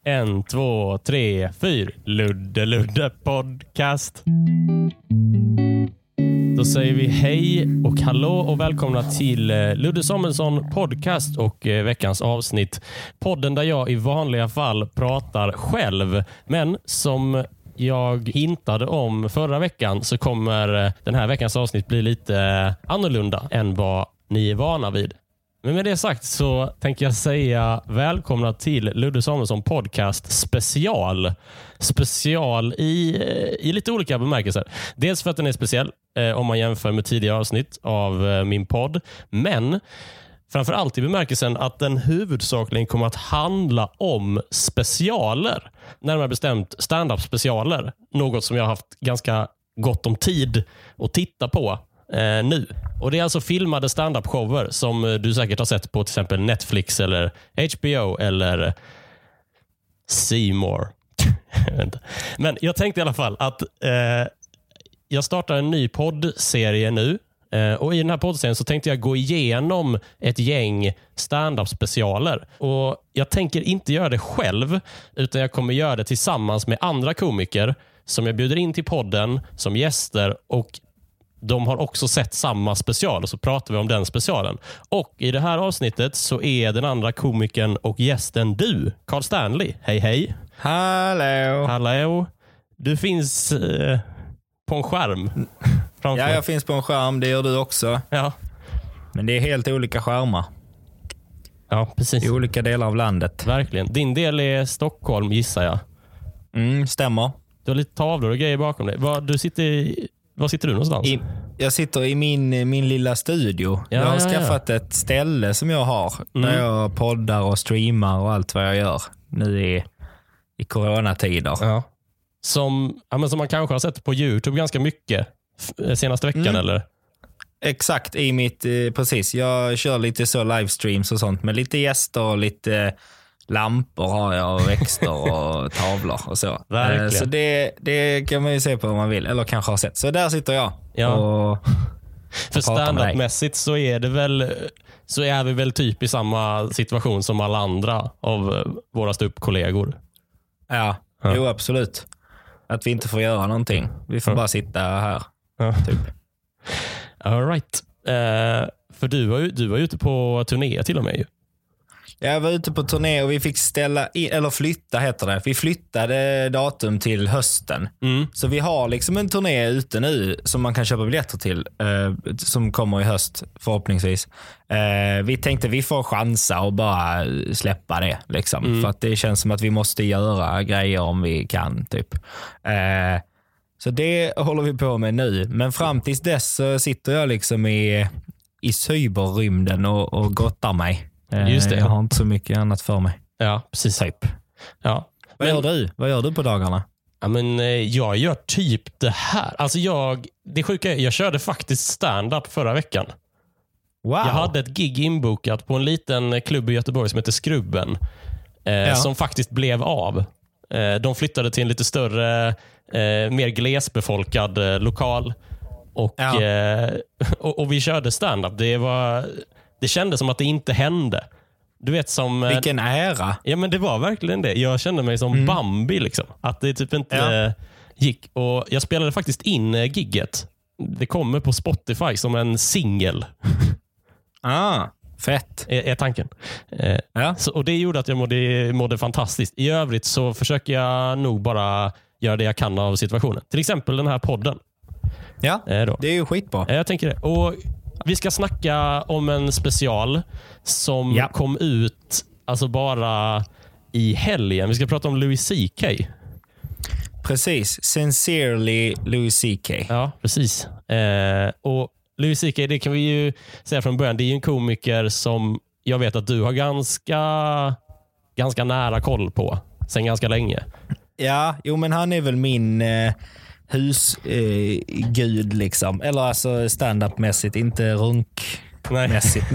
1, 2, 3, 4. Ludde podcast. Då säger vi hej och hallå och välkomna till Ludde Samuelsson podcast och veckans avsnitt. Podden där jag i vanliga fall pratar själv, men som jag hintade om förra veckan så kommer den här veckans avsnitt bli lite annorlunda än vad ni är vana vid. Men med det sagt så tänker jag säga välkomna till Ludde Samuelsson podcast special. Special i lite olika bemärkelser. Dels för att den är speciell om man jämför med tidigare avsnitt av min podd. Men framförallt i bemärkelsen att den huvudsakligen kommer att handla om specialer. Närmare bestämt stand-up specialer. Något som jag har haft ganska gott om tid att titta på nu. Och det är alltså filmade stand-up-shower som du säkert har sett på till exempel Netflix eller HBO eller C More. Men jag tänkte i alla fall att jag startar en ny poddserie nu. Och i den här poddserien så tänkte jag gå igenom ett gäng stand-up specialer. Och jag tänker inte göra det själv, utan jag kommer göra det tillsammans med andra komiker som jag bjuder in till podden som gäster, och de har också sett samma special och så pratar vi om den specialen. Och i det här avsnittet så är den andra komikern och gästen du, Carl Stanley. Hej hej. Hallå. Hallå. Du finns på en skärm. Ja, jag finns på en skärm, det gör du också. Ja. Men det är helt olika skärmar. Ja, precis. I olika delar av landet. Verkligen. Din del är Stockholm, gissar jag. Stämmer. Du har lite tavlor och grejer bakom dig. Var sitter du någonstans? Jag sitter i min lilla studio. Ja, jag har skaffat ett ställe som jag har. Där jag poddar och streamar och allt vad jag gör. Nu i coronatider. Ja. Som man kanske har sett på YouTube ganska mycket senaste veckan, eller? Exakt, precis. Jag kör lite så livestreams och sånt med lite gäster och lite lampor har jag och växter och tavlor och så. Verkligen. Så det kan man ju se på om man vill, eller kanske har sett. Så där sitter jag. Ja. Och för stand-up-mässigt så är vi väl typ i samma situation som alla andra av våra ståuppkollegor. Ja, jo absolut. Att vi inte får göra någonting. Vi får bara sitta här. Typ. All right. För du var ute på turné till och med ju. Jag var ute på turné och vi fick flytta heter det. Vi flyttade datum till hösten. Så vi har liksom en turné ute nu som man kan köpa biljetter till. Som kommer i höst förhoppningsvis. Vi tänkte vi får chansa och bara släppa det liksom. För att det känns som att vi måste göra grejer om vi kan typ. Så det håller vi på med nu. Men fram tills dess så sitter jag liksom i cyberrymden och gottar mig. Just det. Jag har inte så mycket annat för mig. Ja, precis. Typ. Ja. Vad gör du på dagarna? Ja, men jag gör typ det här. Alltså det sjuka är, jag körde faktiskt stand-up förra veckan. Wow. Jag hade ett gig inbokat på en liten klubb i Göteborg som heter Skrubben. Som faktiskt blev av. De flyttade till en lite större, mer glesbefolkad lokal. Och vi körde stand-up. Det kändes som att det inte hände. Du vet som... Vilken ära. Ja, men det var verkligen det. Jag kände mig som Bambi liksom. Att det typ inte gick. Och jag spelade faktiskt in gigget. Det kommer på Spotify som en singel. Fett. Är tanken. Och det gjorde att jag mådde fantastiskt. I övrigt så försöker jag nog bara göra det jag kan av situationen. Till exempel den här podden. Ja, det är ju skitbra. Jag tänker det. Och vi ska snacka om en special som kom ut alltså bara i helgen. Vi ska prata om Louis CK. Precis. Sincerely Louis CK. Ja, precis. Och Louis CK, det kan vi ju säga från början. Det är ju en komiker som jag vet att du har ganska nära koll på sen ganska länge. Ja, men han är väl min... husgud liksom. Eller alltså stand-up-mässigt, inte runkmässigt.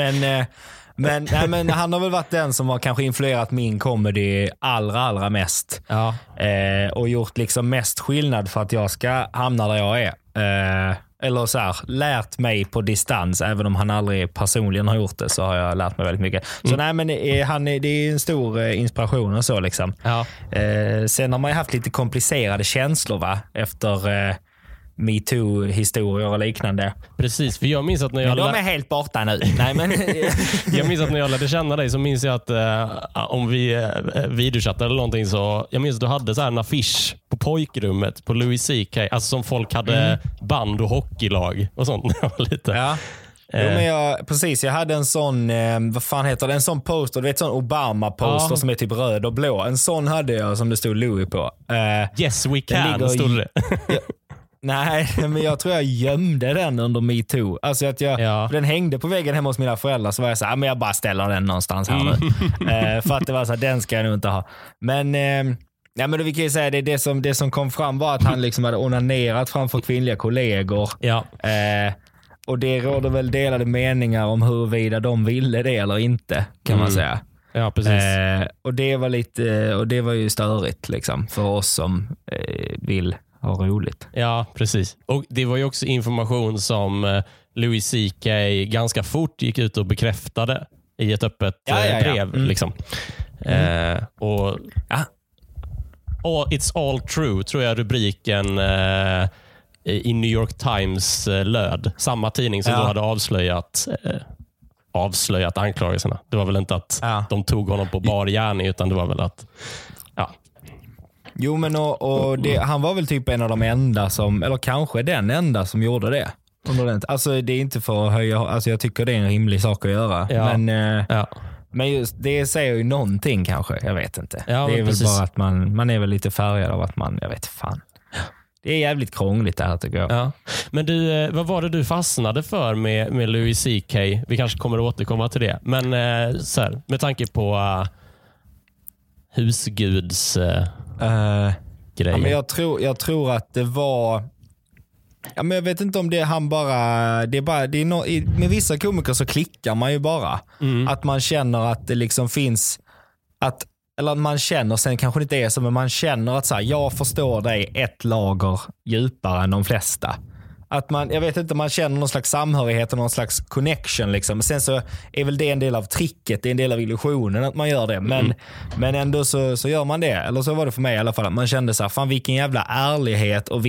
Men han har väl varit den som har kanske influerat min comedy allra mest. Och gjort liksom mest skillnad för att jag ska hamna där jag är. eller så här, lärt mig på distans, även om han aldrig personligen har gjort det, så har jag lärt mig väldigt mycket. Så nej, men det är en stor inspiration och så liksom. Ja. Sen har man ju haft lite komplicerade känslor, va? Efter MeToo-historier och liknande. Precis, för jag minns att när jag... Men de är helt borta nu. Nej, men... Jag minns att när jag lärde känna dig så minns jag att om vi videochattade eller någonting, så jag minns att du hade så här en affisch på pojkrummet på Louis CK, alltså som folk hade band och hockeylag och sånt. Lite. Ja. Jo, men jag hade en sån, vad fan heter det, en sån poster, du vet, sån Obama-poster som är typ röd och blå. En sån hade jag som det stod Louis på. Yes we can, stod det. Nej, men jag tror jag gömde den under MeToo. Alltså att den hängde på väggen hemma hos mina föräldrar, så var jag så här, men jag bara ställer den någonstans här nu. För att det var så här, den ska jag nog inte ha. Men ja, men vi kan ju säga det som kom fram var att han liksom hade onanerat framför kvinnliga kollegor. Ja. Och det råder väl delade meningar om huruvida de ville det eller inte, kan man säga. Ja, precis. Och det var ju störigt liksom för oss som vill ha roligt. Ja, precis. Och det var ju också information som Louis CK ganska fort gick ut och bekräftade i ett öppet brev. Liksom. Och It's all true, tror jag rubriken i New York Times löd. Samma tidning som då hade avslöjat anklagelserna. Det var väl inte att de tog honom på bar gärning, utan det var väl att Jo, men han var väl typ en av de enda som, eller kanske den enda som gjorde det. Alltså det är inte för att höja, alltså jag tycker det är en rimlig sak att göra. Ja. Men just det säger ju någonting kanske, jag vet inte. Ja, det är väl precis. bara att man är väl lite färgad av att jag vet fan. Det är jävligt krångligt det här, tycker jag. Ja. Men du, vad var det du fastnade för med Louis CK? Vi kanske kommer att återkomma till det. Men så här, med tanke på husguds grejer. Ja, men jag tror att det var... Ja, men jag vet inte om det han bara... med vissa komiker så klickar man ju bara. Att man känner att det liksom finns... Eller man känner, sen kanske det inte är så, men man känner att så här, jag förstår dig ett lager djupare än de flesta. Att jag vet inte, man känner någon slags samhörighet och någon slags connection liksom. Sen så är väl det en del av tricket, det är en del av illusionen att man gör det. Men ändå så gör man det. Eller så var det för mig i alla fall. Att man kände så här, fan vilken jävla ärlighet och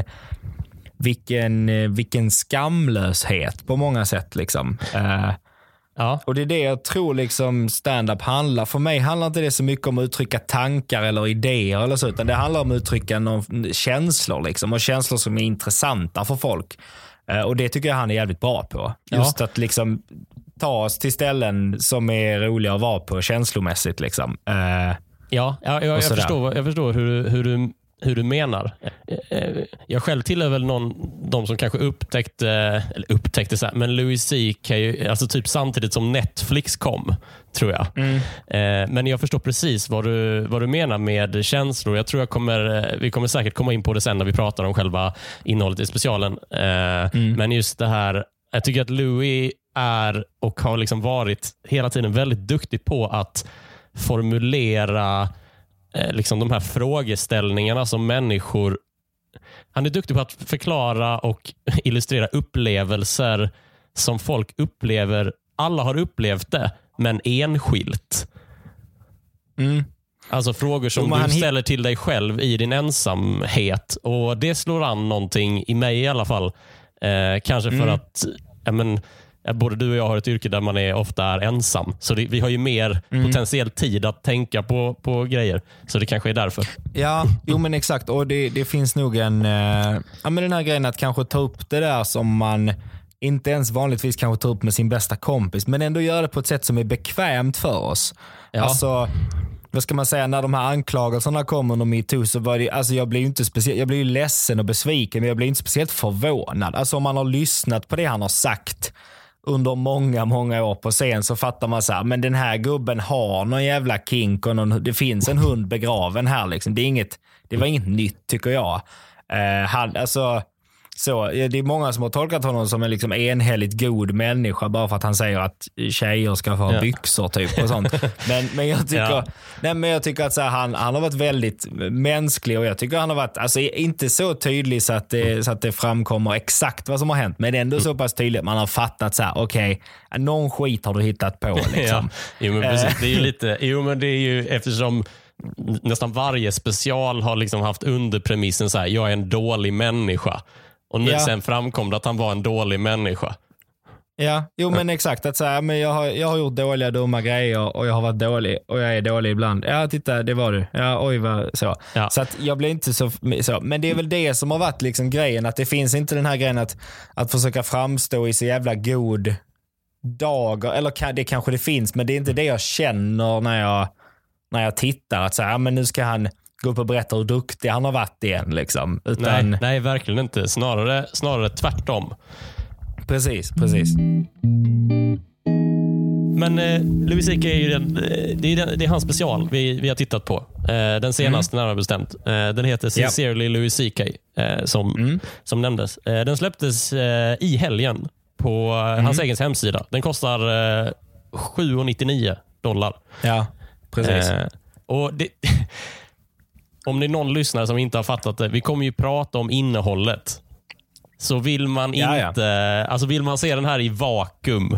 vilken skamlöshet på många sätt liksom. Och det är det jag tror liksom stand-up handlar. För mig handlar inte det så mycket om att uttrycka tankar eller idéer eller så, utan det handlar om att uttrycka känslor liksom, och känslor som är intressanta för folk. Och det tycker jag han är jävligt bra på. Just att liksom ta oss till ställen som är roliga att vara på känslomässigt liksom. Jag förstår hur du menar. Jag själv tillhör väl de som kanske upptäckte så här, men Louis CK alltså typ samtidigt som Netflix kom, tror jag. Men jag förstår precis vad du menar med känslor. Jag tror vi kommer säkert komma in på det sen när vi pratar om själva innehållet i specialen. Men just det här, jag tycker att Louis är och har liksom varit hela tiden väldigt duktig på att formulera liksom de här frågeställningarna som människor... Han är duktig på att förklara och illustrera upplevelser som folk upplever. Alla har upplevt det, men enskilt. Alltså frågor som du ställer till dig själv i din ensamhet. Och det slår an någonting i mig i alla fall. Kanske för att... både du och jag har ett yrke där man ofta är ensam. Så vi har ju mer potentiell tid att tänka på grejer. Så det kanske är därför. Ja, jo men exakt. Och det finns nog den här grejen att kanske ta upp det där som man inte ens vanligtvis kanske tar upp med sin bästa kompis. Men ändå göra det på ett sätt som är bekvämt för oss. Ja. Alltså, vad ska man säga, när de här anklagelserna kommer under MeToo så var det, alltså jag blir ju ledsen och besviken, men jag blir inte speciellt förvånad. Alltså om man har lyssnat på det han har sagt under många, många år på scen, så fattar man så här, men den här gubben har någon jävla kink och det finns en hund begraven här liksom. Det var inget nytt, tycker jag. så. Det är många som har tolkat honom som en liksom enhälligt god människa bara för att han säger att tjejer ska få ha byxor typ och sånt. Men jag tycker att så här, han har varit väldigt mänsklig och jag tycker han har varit alltså, inte så tydlig så att det framkommer exakt vad som har hänt, men ändå så pass tydligt att man har fattat så här, okej, någon skit har du hittat på liksom. Jo, men precis. Det är ju lite, men det är ju eftersom nästan varje special har liksom haft underpremissen så här, jag är en dålig människa. Och nu sen framkom det att han var en dålig människa. Ja, jo men exakt. Att så här, men jag har gjort dåliga, dumma grejer och jag har varit dålig och jag är dålig ibland. Ja, titta, det var du. Ja, oj vad så. Ja. Så att jag blir inte så. Men det är väl det som har varit liksom grejen, att det finns inte den här grejen att försöka framstå i så jävla god dagar. Eller det kanske det finns, men det är inte det jag känner när jag tittar. Att så här, men nu ska han gå upp och berätta hur duktig han har varit igen. Liksom. Utan, nej, verkligen inte. Snarare tvärtom. Precis. Men Louis CK är ju det är hans special vi har tittat på. Den senaste närmare bestämt. Den heter Sincerely Louis CK som nämndes. Den släpptes i helgen på hans egen hemsida. Den kostar $7,99. Ja, precis. Och om det är någon lyssnare som inte har fattat det, vi kommer ju prata om innehållet. Så vill man inte, alltså vill man se den här i vakuum,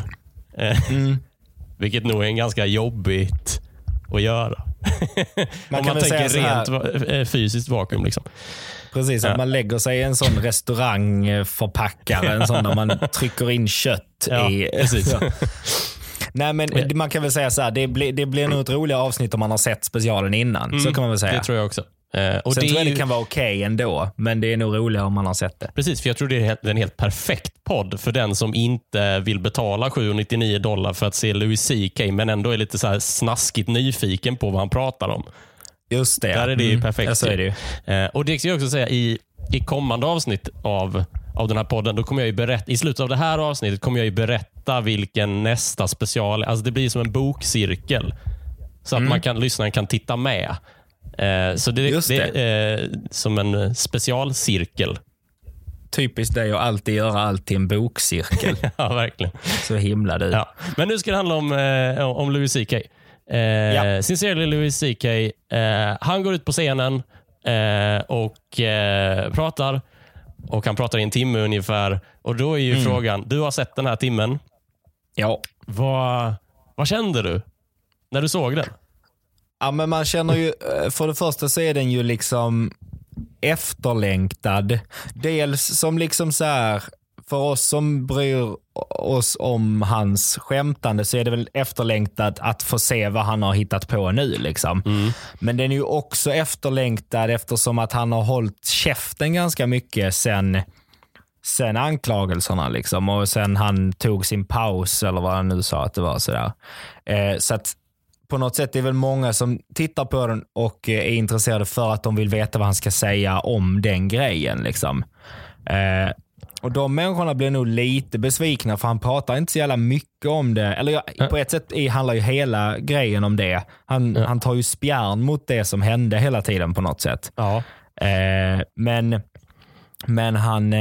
vilket nog är en ganska jobbigt att göra. Om man tänker rent fysiskt vakuum liksom. Precis, att man lägger sig i en sån restaurangförpackare, en sån där man trycker in kött i. Precis. Nej, men man kan väl säga så här, det blir nog ett roligare avsnitt om man har sett specialen innan. Så kan man väl säga. Det tror jag också. Och sen tror jag det kan vara okej ändå, men det är nog roligare om man har sett det. Precis, för jag tror det är en helt perfekt podd för den som inte vill betala $799 för att se Louis CK, men ändå är lite så här snaskigt nyfiken på vad han pratar om. Just det. Där är det ju perfekt. Ja, så är det ju. Och det ska jag också säga i kommande avsnitt av den här podden, då kommer jag ju berätta, i slutet av det här avsnittet kommer jag ju berätta vilken nästa special, alltså det blir som en bokcirkel så att lyssnaren kan titta med. Så det är som en specialcirkel. Typiskt dig att alltid göra allt till en bokcirkel. Ja, verkligen. Så himla du. Ja. Men nu ska det handla om Louis CK. Sincerely Louis CK. Han går ut på scenen och pratar. Och han pratar i en timme ungefär. Och då är ju frågan, du har sett den här timmen. Ja. Vad kände du när du såg den? Ja, men man känner ju, för det första så är den ju liksom efterlängtad. Dels som liksom så här, för oss som bryr oss om hans skämtande så är det väl efterlängtad att få se vad han har hittat på nu liksom. Men den är ju också efterlängtad eftersom att han har hållit käften ganska mycket sen anklagelserna liksom, och sen han tog sin paus eller vad han nu sa att det var sådär. Så att på något sätt är det väl många som tittar på den och är intresserade för att de vill veta vad han ska säga om den grejen liksom. Och de människorna blir nog lite besvikna för han pratar inte så jävla mycket om det. Eller på ett sätt handlar ju hela grejen om det. Han tar ju spjärn mot det som hände hela tiden på något sätt. Ja. Men han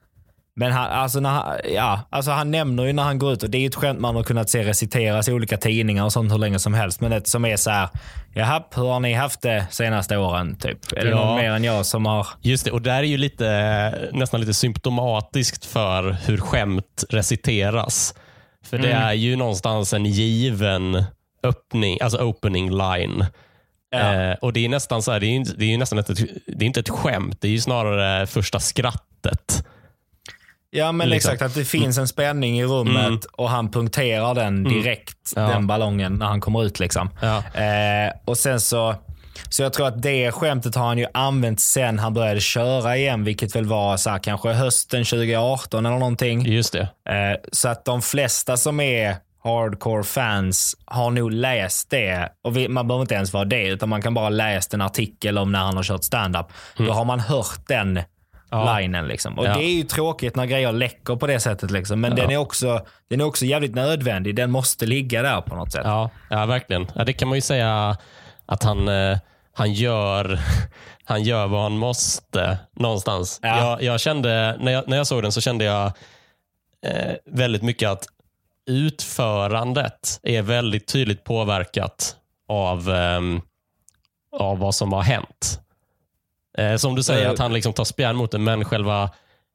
han nämner ju när han går ut, och det är ju ett skämt man har kunnat se reciteras i olika tidningar och sånt hur länge som helst, men det som är så här, jaha, hur har ni haft det senaste åren typ? Är det någon mer än jag som har... Just det, och där är ju nästan lite symptomatiskt för hur skämt reciteras. För det är ju någonstans en given opening line. Ja. Och det är nästan så här, det är ju nästan det är inte ett skämt, det är ju snarare första skrattet. Ja, men liksom. Exakt, att det finns en spänning i rummet och han punkterar den direkt, den ballongen, när han kommer ut liksom. Ja. Och sen så jag tror att det skämtet har han ju använt sen han började köra igen, vilket väl var så här, kanske hösten 2018 eller någonting. Just det. Så att de flesta som är hardcore fans har nog läst det, och man behöver inte ens vara det, utan man kan bara läsa en artikel om när han har kört stand-up. Då har man hört den linen liksom. Och det är ju tråkigt när grejer läcker på det sättet liksom. Men den är också jävligt nödvändig. Den måste ligga där på något sätt. Ja verkligen. Ja, det kan man ju säga att han gör vad han måste någonstans. Ja. Jag kände, när jag såg den så kände jag väldigt mycket att utförandet är väldigt tydligt påverkat av vad som har hänt. Som du säger, att han liksom tar spjärn mot det, men själva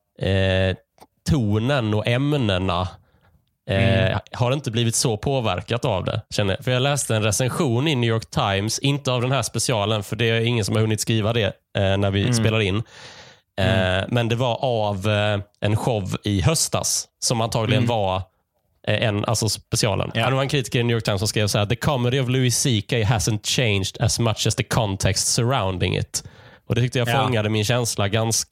tonen och ämnena har inte blivit så påverkat av det, känner jag. För jag läste en recension i New York Times, inte av den här specialen, för det är ingen som har hunnit skriva det när vi spelar in. Men det var av en show i höstas som antagligen var alltså specialen. Det var en kritiker i New York Times som skrev så här: "The comedy of Louis C.K. hasn't changed as much as the context surrounding it." Och det tyckte jag fångade min känsla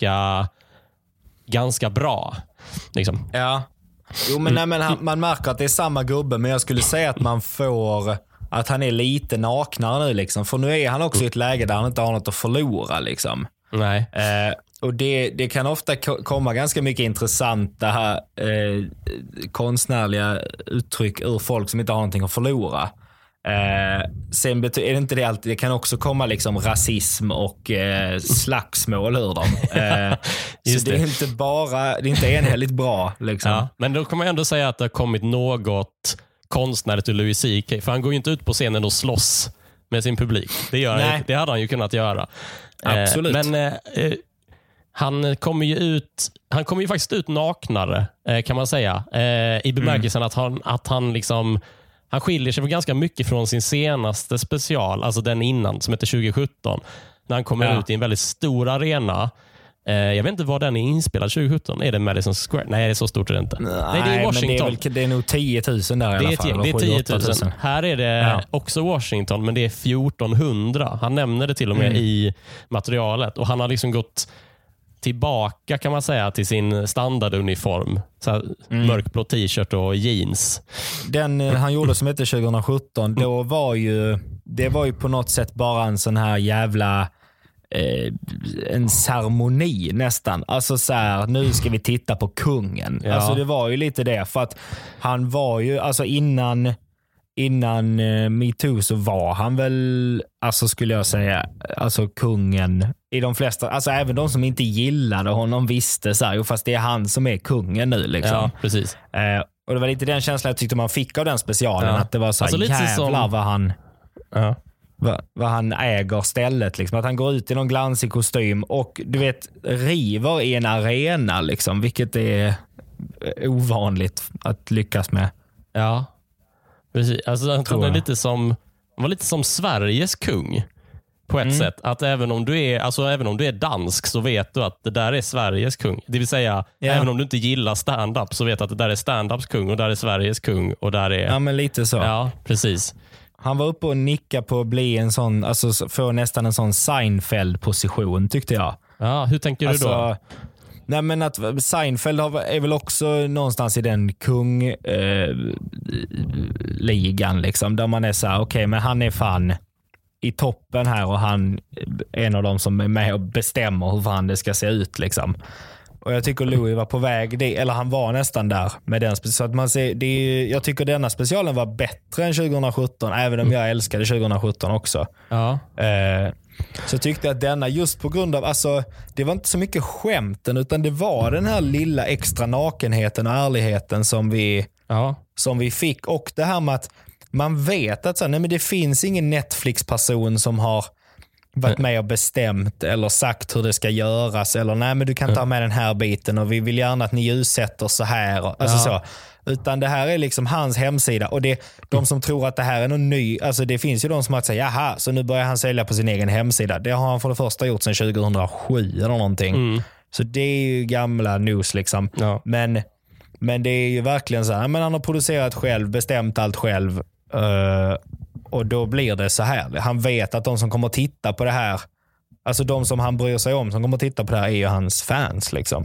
ganska bra. Liksom. Ja. Jo, men, man märker att det är samma gubbe, men jag skulle säga att man får att han är lite naknare nu liksom. För nu är han också i ett läge där han inte har något att förlora liksom. Nej. Och det kan ofta komma ganska mycket intressanta konstnärliga uttryck ur folk som inte har någonting att förlora. Sen är det inte det alltid. Det kan också komma liksom rasism och slagsmål ur dem. Så det är inte bara, det är inte enhälligt bra liksom. Ja, men då kan man ändå säga att det har kommit något konstnärligt ur Louis C.K. För han går ju inte ut på scenen och slåss med sin publik. Det hade han ju kunnat göra. Absolut. Men han kommer ju faktiskt ut naknare, kan man säga. I bemärkelsen att han liksom, han skiljer sig ganska mycket från sin senaste special, alltså den innan som heter 2017. När han kommer ut i en väldigt stor arena. Jag vet inte var den är inspelad 2017. Är det Madison Square? Nej, det är så stort är det inte. Nej, det är Washington. Men det är nog 10 000 där i alla fall. Det är 10 000. Här är det också Washington, men det är 1400. Han nämner det till och med i materialet. Och han har liksom gått tillbaka, kan man säga, till sin standarduniform. Så här, mörkblå t-shirt och jeans. Den han gjorde som hette 2017, då var det var ju på något sätt bara en sån här jävla en ceremoni nästan. Alltså så här, nu ska vi titta på kungen. Ja. Alltså det var ju lite det, för att han var ju, alltså innan MeToo så var han väl, alltså skulle jag säga, alltså kungen i de flesta, alltså även de som inte gillade honom visste så här, fast det är han som är kungen nu liksom. Ja, precis. Och det var lite den känslan jag tyckte man fick av den specialen, att det var så här, alltså, jävlar vad han vad han äger stället liksom. Att han går ut i någon glansig kostym och du vet, river i en arena liksom, vilket är ovanligt att lyckas med. Ja, precis. Alltså, han var lite som Sveriges kung på ett sätt. Att även om du är dansk så vet du att det där är Sveriges kung. Det vill säga, även om du inte gillar stand-up så vet du att det där är stand-ups kung och där är Sveriges kung och där är... Ja, men lite så. Ja, precis. Han var uppe och nickade på att bli en sån, alltså få nästan en sån Seinfeld-position tyckte jag. Ja, hur tänker du då? Nej, men att Seinfeld är väl också någonstans i den kungligan liksom, där man är så här, okej, men han är fan i toppen här och han är en av dem som är med och bestämmer hur fan det ska se ut liksom. Och jag tycker Louis var på väg, eller han var nästan där med den. Så att man ser, jag tycker denna specialen var bättre än 2017, även om jag älskade 2017 också. Ja. Så tyckte jag att denna, just på grund av, alltså det var inte så mycket skämten, utan det var den här lilla extra nakenheten och ärligheten som vi fick. Och det här med att man vet att nej, men det finns ingen Netflix-person som har varit med och bestämt eller sagt hur det ska göras, eller nej, men du kan ta med den här biten och vi vill gärna att ni ljussätter så här, alltså så. Utan det här är liksom hans hemsida, och de som tror att det här är någon ny, alltså det finns ju de som har sagt, jaha, så nu börjar han sälja på sin egen hemsida. Det har han för det första gjort sedan 2007 eller någonting. Så det är ju gamla news liksom. Men det är ju verkligen så här, men han har producerat själv, bestämt allt själv, och då blir det så här. Han vet att de som kommer att titta på det här, alltså de som han bryr sig om som kommer att titta på det här, är ju hans fans liksom.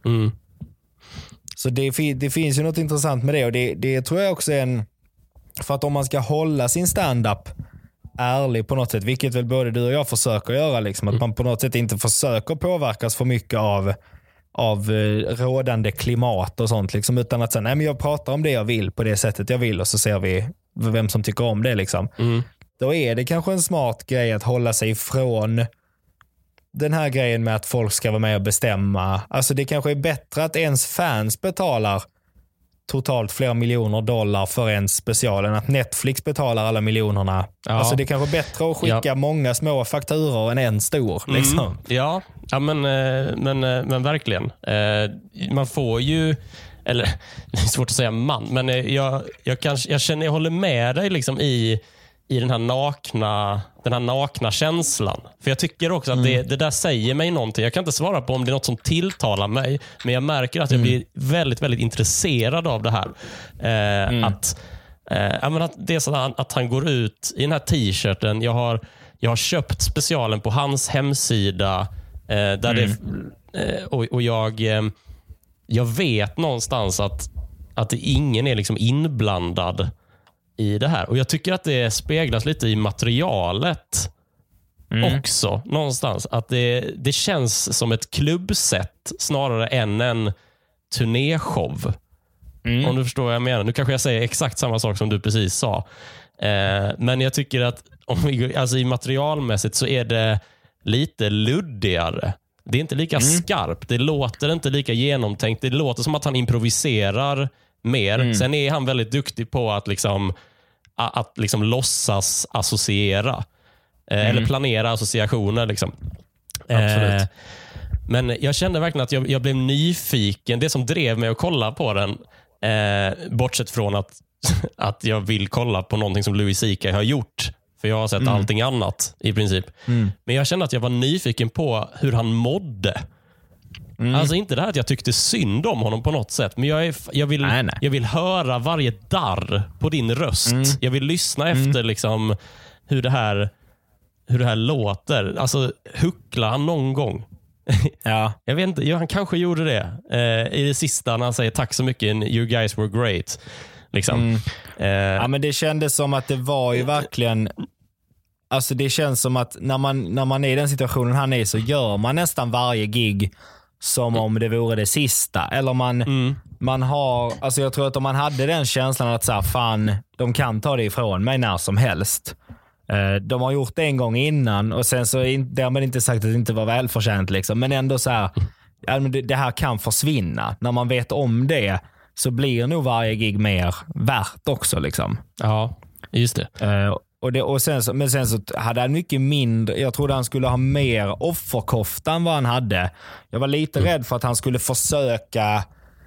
Så det finns ju något intressant med det, och det tror jag också är för att om man ska hålla sin stand-up ärlig på något sätt, vilket väl både du och jag försöker göra liksom, att man på något sätt inte försöker påverkas för mycket av rådande klimat och sånt liksom, utan att säga, nej, men jag pratar om det jag vill på det sättet jag vill, och så ser vi vem som tycker om det liksom. då är det kanske en smart grej att hålla sig ifrån den här grejen med att folk ska vara med och bestämma. Alltså det kanske är bättre att ens fans betalar totalt flera miljoner dollar för en special än att Netflix betalar alla miljonerna. Ja. Alltså det är kanske bättre att skicka många små fakturor än en stor. Liksom. Ja, men verkligen. Man får ju, eller det är svårt att säga men jag håller med dig liksom i den här nakna känslan. För jag tycker också att det där säger mig någonting. Jag kan inte svara på om det är något som tilltalar mig, men jag märker att jag blir väldigt, väldigt intresserad av det här. Att det är så att han går ut i den här t-shirten. Jag har köpt specialen på hans hemsida där det, och jag vet någonstans att ingen är liksom inblandad i det här. Och jag tycker att det speglas lite i materialet också någonstans. Att det känns som ett klubbsätt snarare än en turnéshow. Om du förstår vad jag menar. Nu kanske jag säger exakt samma sak som du precis sa. Men jag tycker att alltså i materialmässigt så är det lite luddigare. Det är inte lika skarpt. Det låter inte lika genomtänkt. Det låter som att han improviserar mer. Sen är han väldigt duktig på att liksom låtsas associera. Eller planera associationer. Liksom. Absolut. Men jag kände verkligen att jag blev nyfiken. Det som drev mig att kolla på den, bortsett från att jag vill kolla på någonting som Louis CK har gjort. För jag har sett allting annat i princip. Men jag kände att jag var nyfiken på hur han mådde. Alltså inte det här att jag tyckte synd om honom på något sätt, men jag vill höra varje darr på din röst. Jag vill lyssna efter liksom hur det här låter. Alltså hucklar han någon gång? Ja. Jag vet inte, han kanske gjorde det i det sista när han säger tack så mycket, you guys were great. Liksom. Ja, men det kändes som att det var ju verkligen, alltså det känns som att när man är i den situationen han är, så gör man nästan varje gig som om det vore det sista. Eller man har, alltså jag tror att om man hade den känslan att så här, fan, de kan ta det ifrån mig när som helst. De har gjort det en gång innan och sen så har man inte sagt att det inte var välförtjänt liksom, men ändå så här, det här kan försvinna. När man vet om det så blir nog varje gig mer värt också liksom. Ja, just det. Men sen så hade han mycket mindre. Jag trodde han skulle ha mer offerkofta än vad han hade. Jag var lite rädd för att han skulle försöka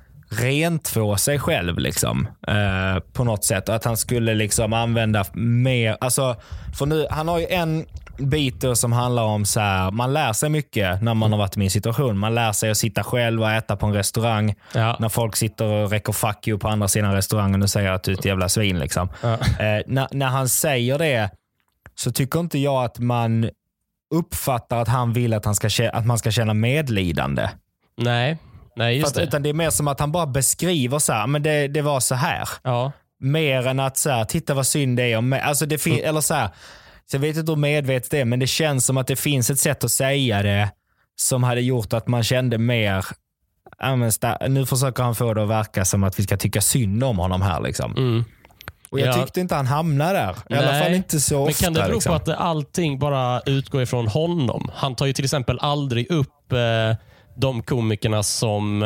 rentvå sig själv liksom, på något sätt. Att han skulle liksom använda mer, alltså, för nu, han har ju en bit som handlar om så här, man lär sig mycket när man har varit i min situation. Man lär sig att sitta själv och äta på en restaurang när folk sitter och räcker fuck you på andra sidan restaurangen och säger att du är ett jävla svin liksom. När han säger det så tycker inte jag att man uppfattar att han vill att man ska känna medlidande. Nej, just det. Utan det är mer som att han bara beskriver så här, men det var så här. Ja. Mer än att så här, titta vad synd det är. Alltså eller så här, så jag vet inte hur medvetet det är, men det känns som att det finns ett sätt att säga det som hade gjort att man kände mer, nu försöker han få det att verka som att vi ska tycka synd om honom här liksom. Och jag tyckte inte han hamnar där. I alla fall inte så ofta. Men kan det bero liksom på att allting bara utgår ifrån honom? Han tar ju till exempel aldrig upp de komikerna som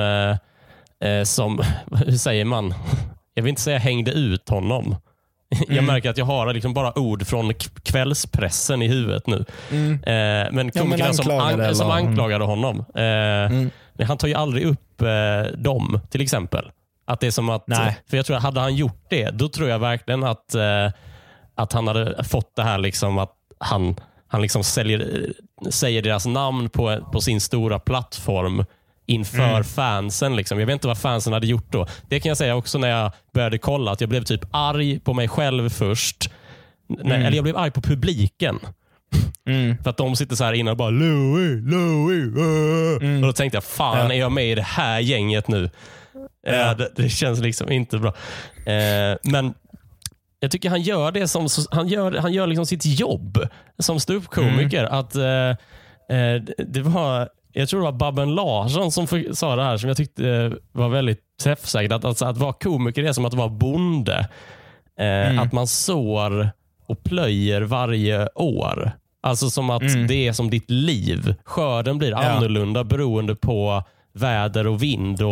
hur säger man? Jag vill inte säga hängde ut honom. Jag märker att jag har liksom bara ord från kvällspressen i huvudet nu. Men komikerna som anklagade honom. Han tar ju aldrig upp dem till exempel. Att det är som att, för jag tror att hade han gjort det, då tror jag verkligen att han hade fått det här liksom, att han liksom säger deras namn på sin stora plattform inför fansen liksom. Jag vet inte vad fansen hade gjort då. Det kan jag säga också när jag började kolla, att jag blev typ arg på mig själv först. Eller jag blev arg på publiken. För att de sitter så här inne och bara Louis. Och då tänkte jag, fan, är jag med i det här gänget nu? Det känns liksom inte bra. Men jag tycker han gör det som han gör liksom sitt jobb som ståuppkomiker. Att det var, jag tror det var Babben Larsson som sa det här, som jag tyckte var väldigt träffsäkert, att vara komiker är som att vara bonde. Att man sår och plöjer varje år. Alltså som att det är som ditt liv. Skörden blir annorlunda beroende på väder och vind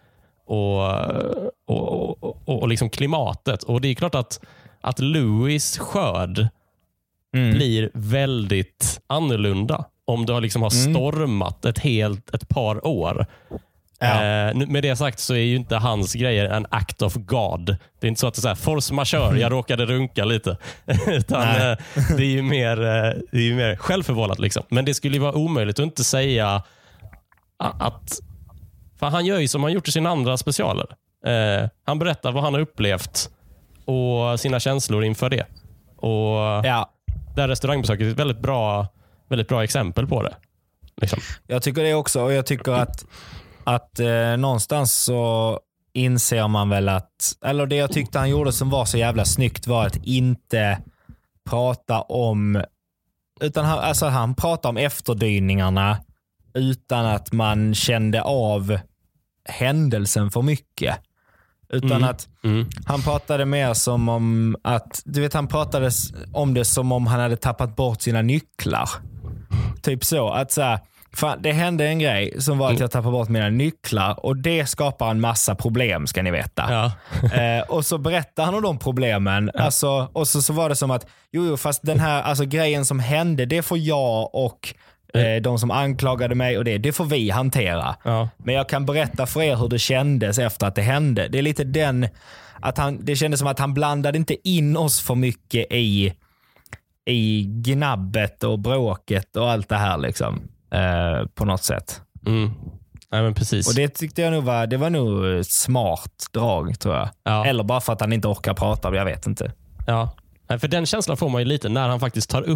och liksom klimatet. Och det är klart att Louis skörd blir väldigt annorlunda om du liksom har stormat ett par år. Med det sagt så är ju inte hans grejer en act of God. Det är inte så att det är så här, force majeure, jag råkade runka lite. Utan det är ju mer självförvållat liksom. Men det skulle ju vara omöjligt att inte säga att för han gör ju som han gjort i sina andra specialer. Han berättar vad han har upplevt och sina känslor inför det. Och där restaurangbesöket är ett väldigt bra exempel på det. Liksom. Jag tycker det också, och jag tycker att någonstans så inser man väl att, eller det jag tyckte han gjorde som var så jävla snyggt var att inte prata om, utan han pratade om efterdyningarna utan att man kände av händelsen för mycket. Utan att han pratade mer som om att, du vet, han pratade om det som om han hade tappat bort sina nycklar. Typ så, att så här, fan, det hände en grej som var att jag tappade bort mina nycklar och det skapar en massa problem, ska ni veta. Och så berättar han om de problemen. Alltså, och så var det som att jo, fast den här grejen som hände, det får jag och de som anklagade mig och det får vi hantera. Men jag kan berätta för er hur det kändes efter att det hände. Det är lite den att det kändes som att han blandade inte in oss för mycket i gnabbet och bråket och allt det här liksom. På något sätt. Nej, men precis. Och det tyckte jag nog var nog smart drag, tror jag. Eller bara för att han inte orkar prata, jag vet inte. För den känslan får man ju lite när han faktiskt tar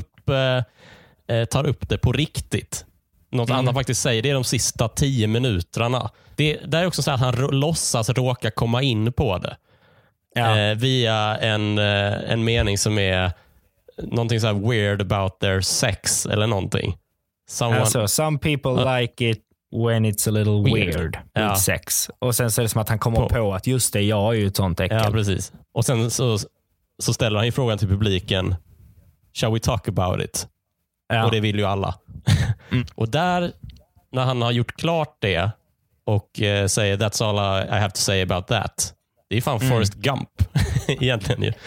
upp det på riktigt. Något annat faktiskt säger det är de sista 10 minuterna. Det är också så att han låtsas råka komma in på det. Via en mening som är någonting så här weird about their sex eller någonting. Some people like it when it's a little weird with sex. Och sen så är det som att han kommer på att just det, jag är ju ett sånt äckel. Ja, precis. Och sen så ställer han ju frågan till publiken: shall we talk about it? Och det vill ju alla. Och där, när han har gjort klart det och säger that's all I have to say about that. Det är fan Forrest Gump egentligen ju.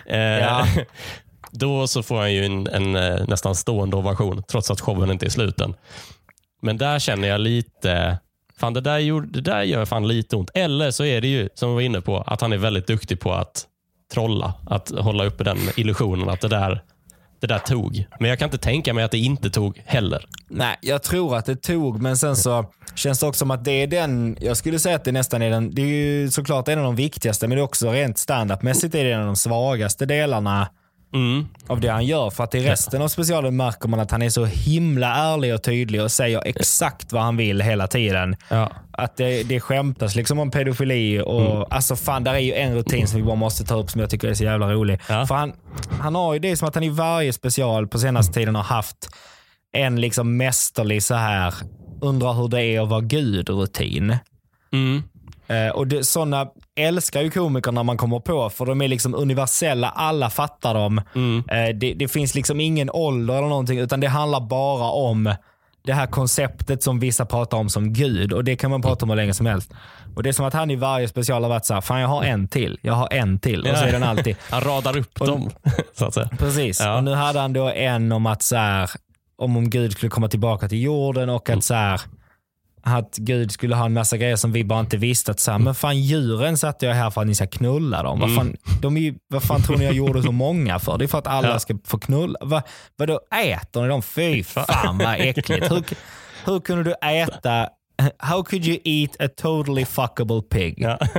Då så får han ju en nästan stående ovation trots att showen inte är sluten. Men där känner jag lite, fan det där gör fan lite ont. Eller så är det ju, som vi var inne på, att han är väldigt duktig på att trolla, att hålla uppe den illusionen att det där tog. Men jag kan inte tänka mig att det inte tog heller. Nej, jag tror att det tog, men sen så känns det också som att det är den, jag skulle säga att det nästan är den, det är ju såklart en av de viktigaste, men det är också rent stand-up-mässigt är det en av de svagaste delarna av det han gör. För att i resten av specialen märker man att han är så himla ärlig och tydlig och säger exakt vad han vill hela tiden. Att det skämtas liksom om pedofili och alltså fan, där är ju en rutin som vi bara måste ta upp som jag tycker är så jävla rolig. För han har ju det som att han i varje special på senaste tiden har haft en liksom mästerlig så här undrar hur det är att vara gud-rutin. Och sådana älskar ju komiker när man kommer på, för de är liksom universella, alla fattar dem. Det finns liksom ingen ålder eller någonting, utan det handlar bara om det här konceptet som vissa pratar om som Gud, och det kan man prata om hur länge som helst. Och det är som att han i varje special har varit så här, fan jag har en till och så är den alltid han radar upp dem så att säga. Precis, och nu hade han då en om att så här, om Gud skulle komma tillbaka till jorden och att så här, att Gud skulle ha en massa grejer som vi bara inte visste, att så här, men fan, djuren satte jag här för att ni ska knulla dem. Vad fan tror ni jag gjorde så många för? Det är för att alla ska få knulla. Vadå, äter ni dem? Fy fan vad äckligt. Hur kunde du äta? How could you eat a totally fuckable pig?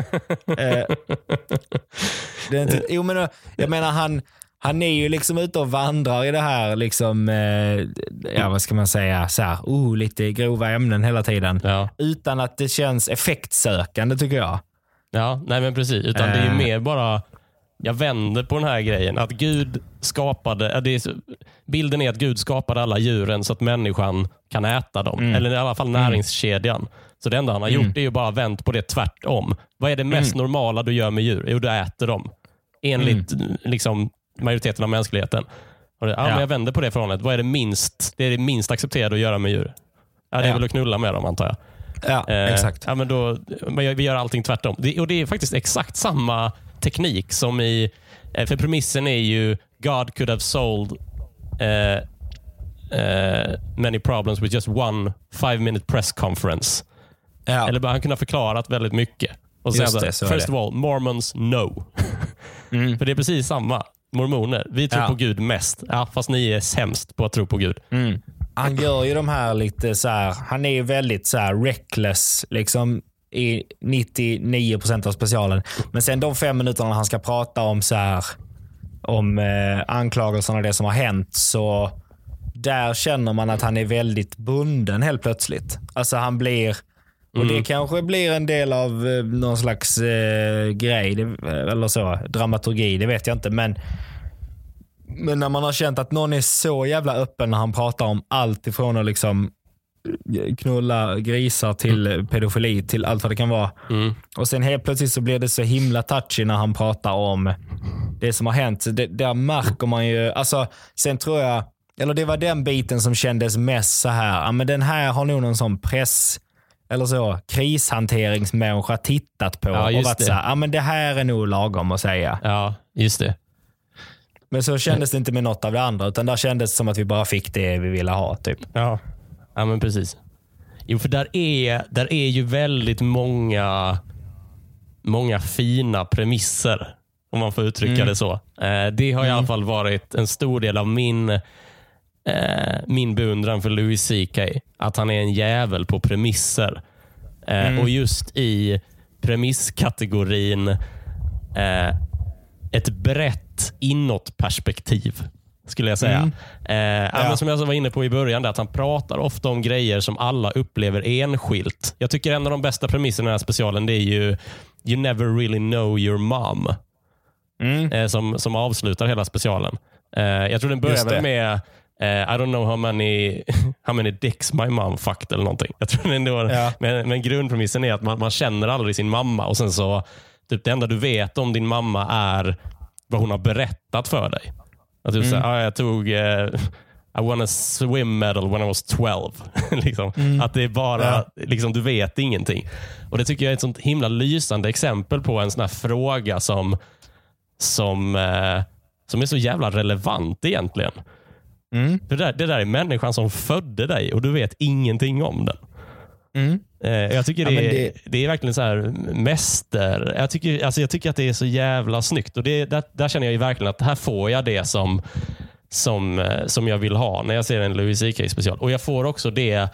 Jag menar han är ju liksom ute och vandrar i det här liksom, vad ska man säga, så här, lite grova ämnen hela tiden. Utan att det känns effektsökande, tycker jag. Ja, nej men precis. Utan det är ju mer bara, jag vänder på den här grejen. Att Gud skapade, bilden är att Gud skapade alla djuren så att människan kan äta dem. Eller i alla fall näringskedjan. Så det enda han har gjort är ju bara vänt på det tvärtom. Vad är det mest normala du gör med djur? Jo, du äter dem. Enligt liksom majoriteten av mänskligheten. Och men jag vänder på det förhållandet. Vad är det minst accepterade att göra med djur? Ja, det är väl att knulla med dem, antar jag. Ja, exakt. Ja, men vi gör allting tvärtom. Och det är faktiskt exakt samma teknik som i... För premissen är ju God could have solved many problems with just one 5-minute press conference. Ja. Eller bara han kunde ha förklarat väldigt mycket. Och sen first of all, Mormons no. För det är precis samma. Mormoner, vi tror på Gud mest. Ja, fast ni är sämst på att tro på Gud. Han gör ju de här lite så här, han är ju väldigt så här reckless liksom i 99% av specialen. Men sen de 5 minuterna han ska prata om så här, om anklagelserna och det som har hänt, så där känner man att han är väldigt bunden helt plötsligt. Alltså han blir, och det kanske blir en del av någon slags grej eller så, dramaturgi, det vet jag inte, men när man har känt att någon är så jävla öppen när han pratar om allt ifrån att liksom knulla grisar till pedofili till allt vad det kan vara. Och sen helt plötsligt så blir det så himla touchy när han pratar om det som har hänt. Där märker man ju, alltså sen tror jag, eller det var den biten som kändes mest så här, ja men den här har nog någon sån press eller så krishanteringsmänniska tittat på och varit så här, ja men det här är nog lagom att säga. Ja, just det. Men så kändes det inte med något av det andra, utan där kändes det som att vi bara fick det vi ville ha typ. Ja, men precis. Jo, för där är ju väldigt många fina premisser, om man får uttrycka det så. Det har i alla fall varit en stor del av min beundran för Louis CK, att han är en jävel på premisser. Och just i premisskategorin ett brett inåtperspektiv, skulle jag säga. Men som jag var inne på i början, att han pratar ofta om grejer som alla upplever enskilt. Jag tycker en av de bästa premisserna i den här specialen, det är ju You never really know your mom. Som avslutar hela specialen. Jag tror den börjar med I don't know how many dicks my mom fucked eller någonting. Jag tror ändå, men grundpremissen är att man känner aldrig sin mamma, och sen så typ det enda du vet om din mamma är vad hon har berättat för dig. Att du säger, jag tog I won a swim medal when I was 12. liksom. Att det är bara, liksom, du vet ingenting. Och det tycker jag är ett sånt himla lysande exempel på en sån här fråga som är så jävla relevant egentligen. För det där är människan som födde dig och du vet ingenting om den. Jag tycker det är verkligen så här mäster. Jag tycker att det är så jävla snyggt, och där känner jag ju verkligen att här får jag det som jag vill ha när jag ser en Louis CK special. Och jag får också det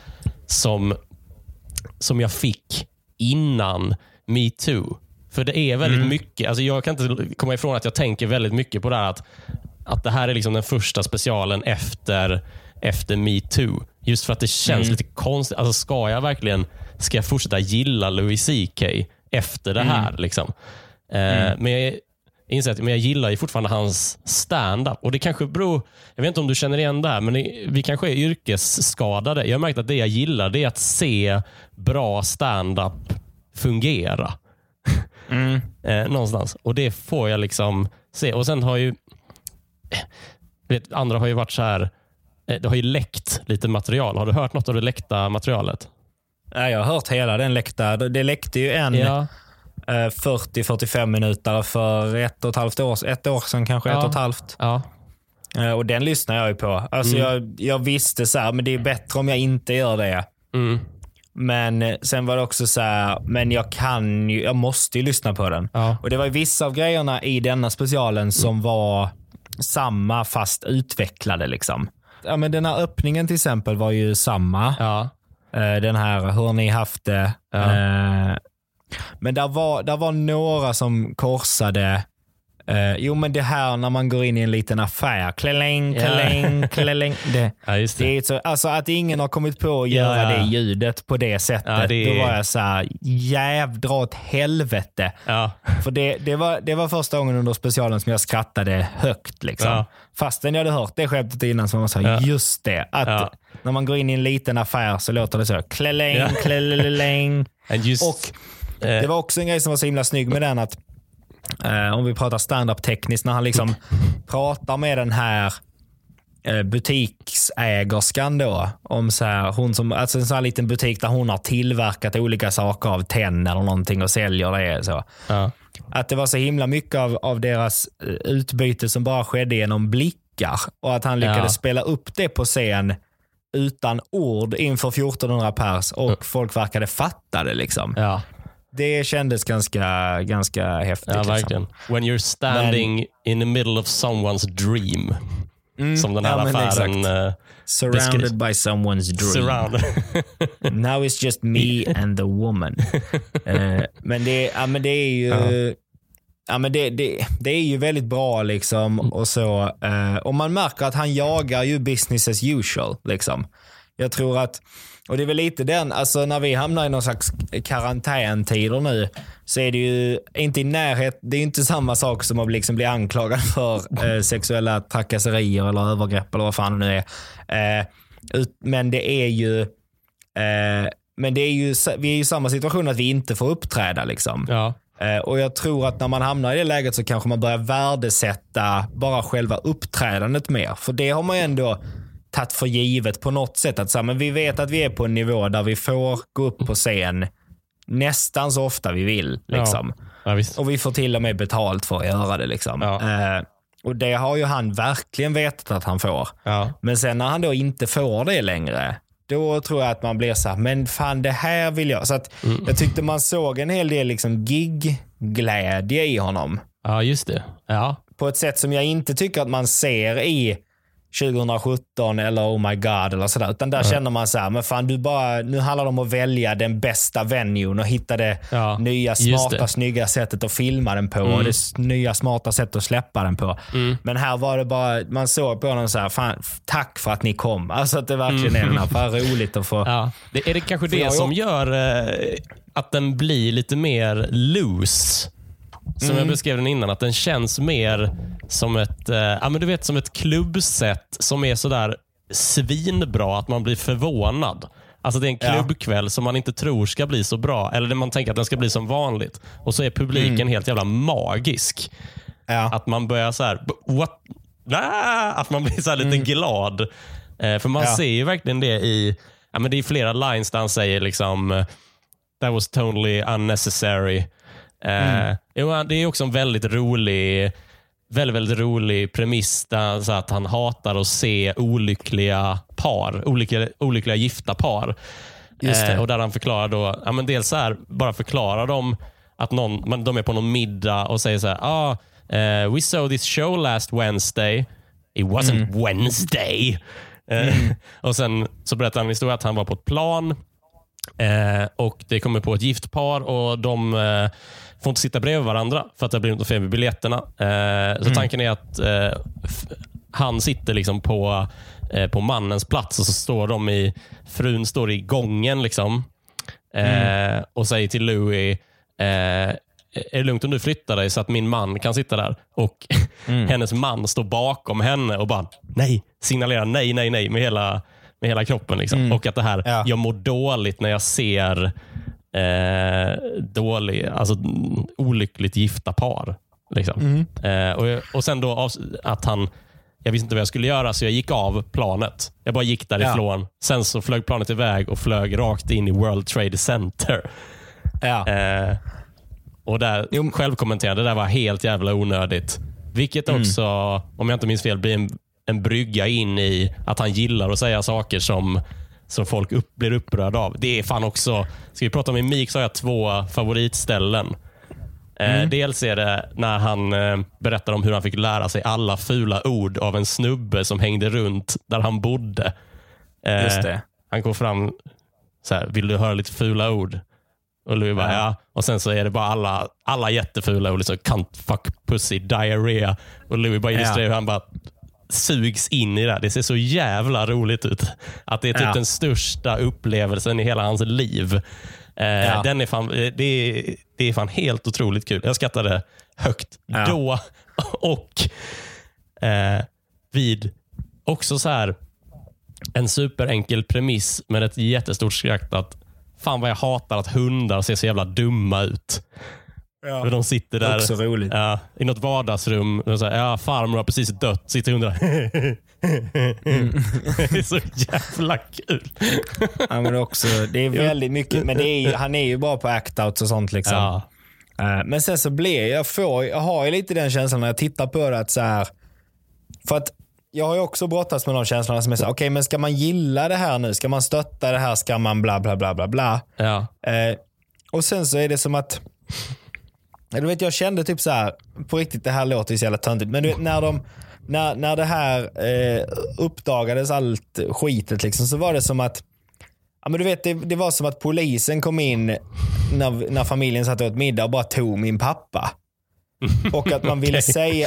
som jag fick innan Me Too. För det är väldigt mycket, alltså jag kan inte komma ifrån att jag tänker väldigt mycket på det här att det här är liksom den första specialen efter Me Too. Just för att det känns lite konstigt. Alltså ska jag fortsätta gilla Louis CK efter det här liksom? Men jag inser att jag gillar ju fortfarande hans stand-up. Och det kanske beror, jag vet inte om du känner igen det här, men vi kanske är yrkesskadade. Jag har märkt att det jag gillar, det är att se bra stand-up fungera. Någonstans. Och det får jag liksom se. Och sen har ju andra har ju varit så här, det har ju läckt lite material. Har du hört något av det läckta materialet? Ja, jag har hört hela den läckta. Det läckte ju 40-45 minuter för 1 år sedan, kanske 1,5. Ja. Och den lyssnar jag ju på. Alltså jag visste så här, men det är bättre om jag inte gör det. Men sen var det också så här, men jag måste ju lyssna på den. Och det var ju vissa av grejerna i denna specialen som var samma fast utvecklade liksom. Ja, men den här öppningen till exempel var ju samma. Den här, hur ni haft det. Men där var några som korsade. Jo, men det här när man går in i en liten affär. Kläling. Det är så, alltså att ingen har kommit på att göra det ljudet på det sättet. Då var jag så här, jävdra åt helvete. För det var första gången under specialen som jag skrattade högt liksom. Fastän jag hade hört det skämtet innan, så var man så här, just det. Att när man går in i en liten affär så låter det så. Kläling. Och det var också en grej som var så himla snygg med den, att om vi pratar stand-up tekniskt, när han liksom pratar med den här butiksägerskan då, om så här, hon som, alltså en sån här liten butik där hon har tillverkat olika saker av tenn eller någonting och säljer det så. Ja. Att det var så himla mycket av deras utbyte som bara skedde genom blickar, och att han lyckades spela upp det på scen utan ord inför 1400 pers och folk verkade fatta det liksom. Ja. Det kändes ganska häftigt. Ja, verkligen. Liksom. When you're standing in the middle of someone's dream. Som den här affären. Surrounded by someone's dream. Now it's just me and the woman. Men det är ju... Ja, men det är ju väldigt bra liksom, och så, och man märker att han jagar ju business as usual liksom. Jag tror att, och det är väl lite den, alltså när vi hamnar i någon slags karantäntider nu, så är det ju inte i närhet, det är inte samma sak som att liksom bli anklagad för sexuella trakasserier eller övergrepp eller vad fan det nu är. Men det är ju vi är ju i samma situation att vi inte får uppträda liksom. Ja. Och jag tror att när man hamnar i det läget så kanske man börjar värdesätta bara själva uppträdandet mer. För det har man ju ändå tagit för givet på något sätt. Att så här, men vi vet att vi är på en nivå där vi får gå upp på scen nästan så ofta vi vill. Liksom. Ja, visst. Och vi får till och med betalt för att göra det. Liksom. Ja. Och det har ju han verkligen vetat att han får. Ja. Men sen när han då inte får det längre, då tror jag att man blir så här, men fan, det här vill jag. Så att jag tyckte man såg en hel del liksom gig-glädje i honom. Ja, just det. Ja. På ett sätt som jag inte tycker att man ser i 2017 eller Oh My God eller sådär. Utan där känner man så här, men fan, nu handlar det om att välja den bästa venuen och hitta det nya, smarta, snygga sättet att filma den på och det nya, smarta sättet att släppa den på. Men här var det bara, man såg på honom så här, fan, tack för att ni kom. Alltså att det verkligen är den här, fan, roligt att få... Ja. Är det kanske det som gör att den blir lite mer loose? Som jag beskrev den innan, att den känns mer som ett men du vet, som ett klubbsätt som är sådär svinbra att man blir förvånad. Alltså det är en klubbkväll som man inte tror ska bli så bra, eller man tänker att den ska bli som vanligt, och så är publiken helt jävla magisk. Att man börjar så här, what? Att man blir så här lite glad. För man ser ju verkligen det i, men det är flera lines där han säger liksom, that was totally unnecessary. Det är också en väldigt rolig premiss där, så att han hatar att se olyckliga par, olyckliga gifta par. Och där han förklarar då, men dels så här, bara förklarar dem att de är på någon middag och säger så här, we saw this show last Wednesday. It wasn't Wednesday. Och sen så berättar han en historia att han var på ett plan och det kommer på ett gift par och de får inte sitta bredvid varandra för att det blir något fel med biljetterna. Så tanken är att han sitter liksom på mannens plats, och så står frun står i gången liksom, och säger till Louis, är det lugnt om du flyttar dig så att min man kan sitta där? Och hennes man står bakom henne och bara signalerar nej med hela kroppen liksom. Och att det här, jag mår dåligt när jag ser olyckligt gifta par liksom. Och sen då att jag visste inte vad jag skulle göra, så jag gick av planet. Jag bara gick därifrån. Sen så flög planet iväg och flög rakt in i World Trade Center. Och där självkommenterade, det där var helt jävla onödigt. Vilket också, om jag inte minns fel, blir en brygga in i att han gillar att säga saker som folk blir upprörda av. Det är fan också, ska vi prata om mimik, så har jag 2 favoritställen. Dels är det när han berättar om hur han fick lära sig alla fula ord av en snubbe som hängde runt där han bodde. Just det. Han går fram så här, vill du höra lite fula ord? Och Louis bara, ja. Och sen så är det bara alla jättefula ord, så cunt, fuck, pussy, diarrhea. Och Louis bara illustrerar hur han bara sugs in i det. Det ser så jävla roligt ut. Att det är typ den största upplevelsen i hela hans liv. Den är fan, det är fan helt otroligt kul. Jag skattade högt då. Och vid också så här en superenkel premiss med ett jättestort skratt, att fan vad jag hatar att hundar ser så jävla dumma ut. Ja. De sitter där också roligt. Ja, i något vardagsrum och säger, farmor har precis dött. Sitter hundra. Det är så jävla kul. Ja, men det är väldigt mycket. Men han är ju bra på act-outs och sånt liksom. Ja. Men sen så jag har ju lite den känslan när jag tittar på det att så här, för att jag har ju också brottats med de känslorna som är så okej, men ska man gilla det här nu? Ska man stötta det här? Ska man bla bla bla bla bla? Ja. Och sen så är det som att du vet, jag kände typ så här på riktigt, det här låter ju så jävla töntigt, men du vet, när det här uppdagades allt skitet liksom, så var det som att men du vet, det var som att polisen kom in när familjen satt åt middag och bara tog min pappa. Och att man ville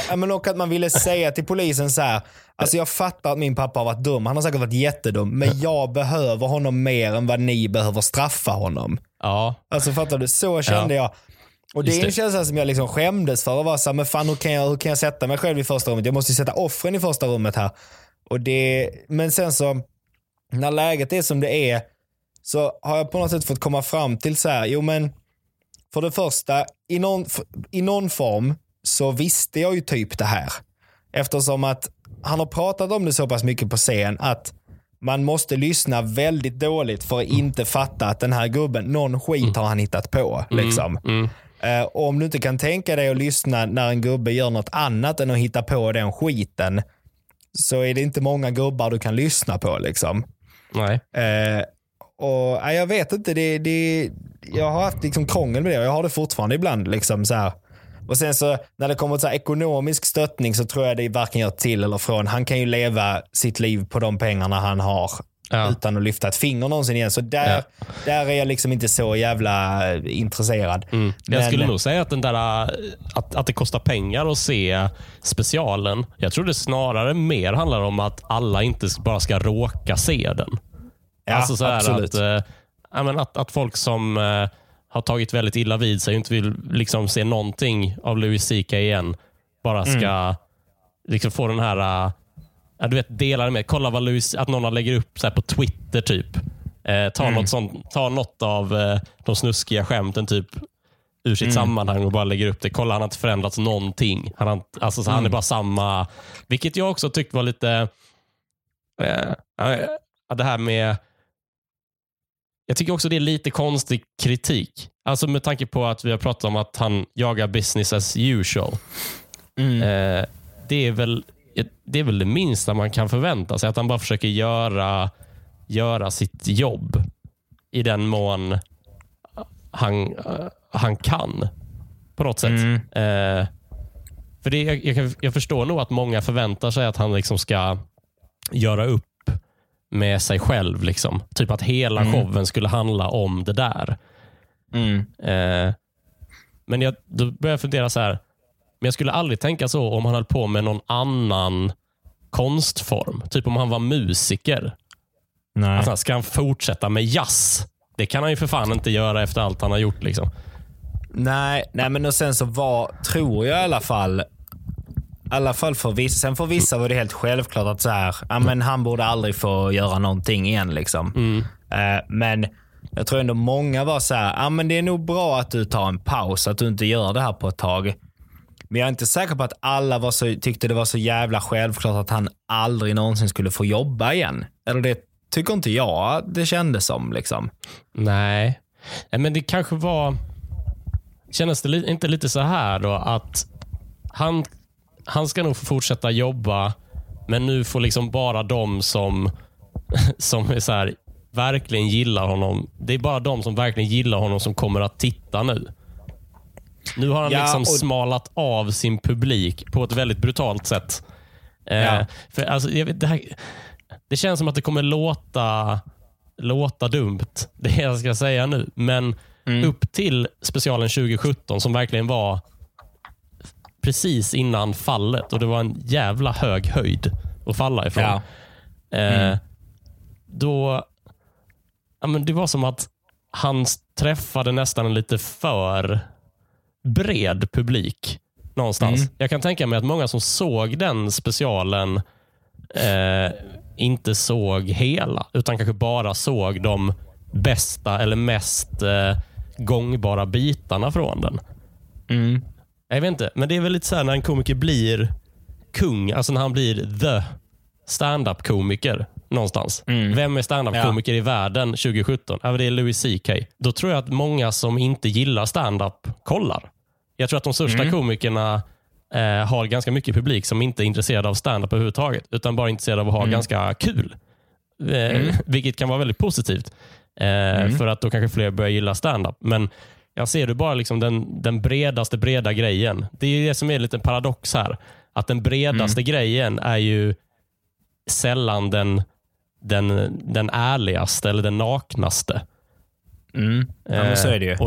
säga till polisen så här, alltså jag fattar att min pappa har varit dum, han har säkert varit jättedum, men jag behöver honom mer än vad ni behöver straffa honom. Ja. Alltså fattar du, så kände jag. Och det är en känsla som jag liksom skämdes för, och var så här, men fan, hur kan jag sätta mig själv i första rummet? Jag måste ju sätta offren i första rummet här. Men sen så när läget är som det är, så har jag på något sätt fått komma fram till så här, jo men för det första, i någon form så visste jag ju typ det här. Eftersom att han har pratat om det så pass mycket på scen att man måste lyssna väldigt dåligt för att inte fatta att den här gubben, någon skit har han hittat på. Liksom. Och om du inte kan tänka dig att lyssna när en gubbe gör något annat än att hitta på den skiten, så är det inte många gubbar du kan lyssna på. Liksom. Nej. Och jag vet inte, jag har haft liksom krångel med det, och jag har det fortfarande ibland liksom så här. Och sen så när det kommer till så här ekonomisk stöttning, så tror jag det varken gör till eller från. Han kan ju leva sitt liv på de pengarna han har utan att lyfta ett finger någonsin igen. Så där är jag liksom inte så jävla intresserad. Jag skulle nog säga att den där att det kostar pengar att se specialen. Jag tror det snarare mer handlar om att alla inte bara ska råka se den. Ja, alltså så här absolut. att folk som har tagit väldigt illa vid sig och inte vill liksom se någonting av Louis CK igen, bara ska liksom få den här du vet, dela det med. Kolla vad att någon lägger upp så här på Twitter typ. Ta något av de snuskiga skämten typ ur sitt sammanhang och bara lägger upp det. Kolla, han har inte förändrats någonting. Han är bara samma. Vilket jag också tyckte var lite det här med, jag tycker också det är lite konstig kritik. Alltså med tanke på att vi har pratat om att han jagar business as usual. Det är väl det minsta man kan förvänta sig, att han bara försöker göra sitt jobb i den mån han kan på något sätt. För jag förstår nog att många förväntar sig att han liksom ska göra upp med sig själv liksom. Typ att hela showen skulle handla om det där. Men då börjar jag fundera så här, men jag skulle aldrig tänka så om han höll på med någon annan konstform. Typ om han var musiker. Nej. Alltså, ska han fortsätta med jazz? Det kan han ju för fan inte göra efter allt han har gjort liksom. Nej, men och sen så tror jag i alla fall för vissa. Sen för vissa var det helt självklart att så här, men han borde aldrig få göra någonting igen liksom. Men jag tror ändå många var så här, men det är nog bra att du tar en paus, att du inte gör det här på ett tag. Men jag är inte säker på att alla tyckte det var så jävla självklart att han aldrig någonsin skulle få jobba igen. Eller det tycker inte jag det kändes som liksom. Nej, men det kanske kändes det inte lite så här då, att han ska nog få fortsätta jobba, men nu får liksom bara de som är så här, verkligen gillar honom. Det är bara de som verkligen gillar honom som kommer att titta nu. Nu har han smalat av sin publik på ett väldigt brutalt sätt. För alltså, det känns som att det kommer låta dumt, det jag ska säga nu. Men upp till specialen 2017, som verkligen var precis innan fallet, och det var en jävla hög höjd att falla ifrån. Då det var som att han träffade nästan en lite för bred publik någonstans. Jag kan tänka mig att många som såg den specialen inte såg hela, utan kanske bara såg de bästa eller mest gångbara bitarna från den. Jag vet inte, men det är väl lite så här när en komiker blir kung, alltså när han blir the stand-up-komiker någonstans. Vem är stand-up-komiker i världen 2017? Det är Louis CK. Då tror jag att många som inte gillar stand-up kollar. Jag tror att de största komikerna har ganska mycket publik som inte är intresserade av stand-up överhuvudtaget, utan bara intresserade av att ha ganska kul. Vilket kan vara väldigt positivt. För att då kanske fler börjar gilla stand-up. Men jag ser du bara liksom den bredaste breda grejen. Det är det som är en liten paradox här. Att den bredaste grejen är ju sällan den ärligaste eller den naknaste. Ja, men så är det ju.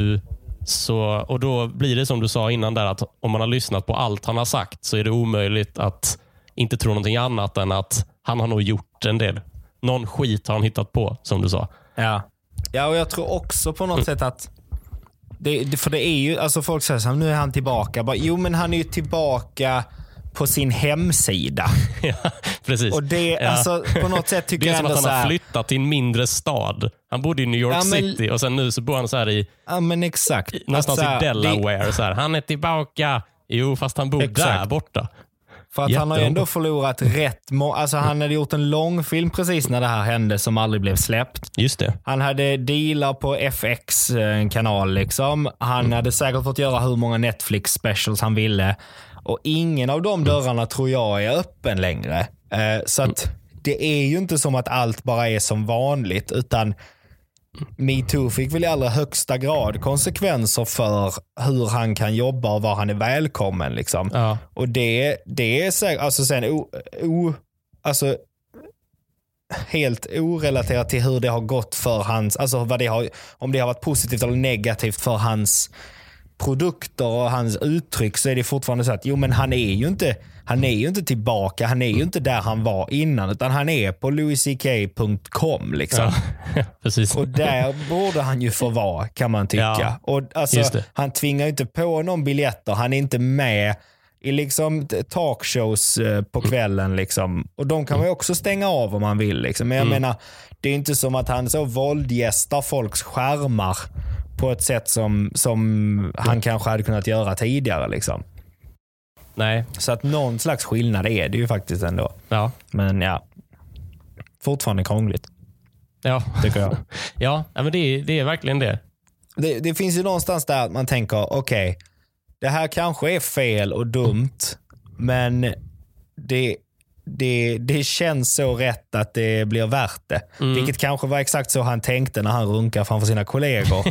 Och då blir det som du sa innan där, att om man har lyssnat på allt han har sagt så är det omöjligt att inte tro någonting annat än att han har nog gjort en del. Någon skit har han hittat på, som du sa. Ja, och jag tror också på något sätt att för det är ju, alltså folk säger så här, nu är han tillbaka. Jo, men han är ju tillbaka på sin hemsida. Ja, precis. Och det, alltså på något sätt tycker jag ändå så här... Det är som att han har flyttat till en mindre stad. Han bodde i New York City och sen nu så bor han så här i... Ja, men exakt. Någonstans i Delaware. Så här. Han är tillbaka. Jo, fast han bor där borta. För att han har ju ändå förlorat alltså han hade gjort en långfilm precis när det här hände som aldrig blev släppt. Just det. Han hade dealar på FX, en kanal liksom. Han hade säkert fått göra hur många Netflix specials han ville. Och ingen av de dörrarna tror jag är öppen längre. Så att det är ju inte som att allt bara är som vanligt, utan MeToo fick väl i allra högsta grad konsekvenser för hur han kan jobba och var han är välkommen liksom. Ja. Och det är säkert, alltså sen alltså helt orelaterat till hur det har gått för hans, alltså om det har varit positivt eller negativt för hans produkter och hans uttryck, så är det fortfarande så att men han är ju inte tillbaka, han är ju inte där han var innan, utan han är på louisck.com liksom. Ja, precis. Och där borde han ju få vara, kan man tycka. Ja, och alltså, han tvingar ju inte på någon biljetter, han är inte med i liksom talkshows på kvällen liksom. Och de kan man ju också stänga av om man vill liksom. Men jag menar, det är inte som att han så våldgästar folks skärmar på ett sätt som han kanske hade kunnat göra tidigare liksom. Nej. Så att någon slags skillnad är det ju faktiskt ändå. Ja. Men ja, fortfarande krångligt. Ja. Tycker jag. Ja, men det är verkligen det. Det finns ju någonstans där att man tänker, okej, det här kanske är fel och dumt, men det känns så rätt att det blir värt det. Vilket kanske var exakt så han tänkte när han runkar framför sina kollegor.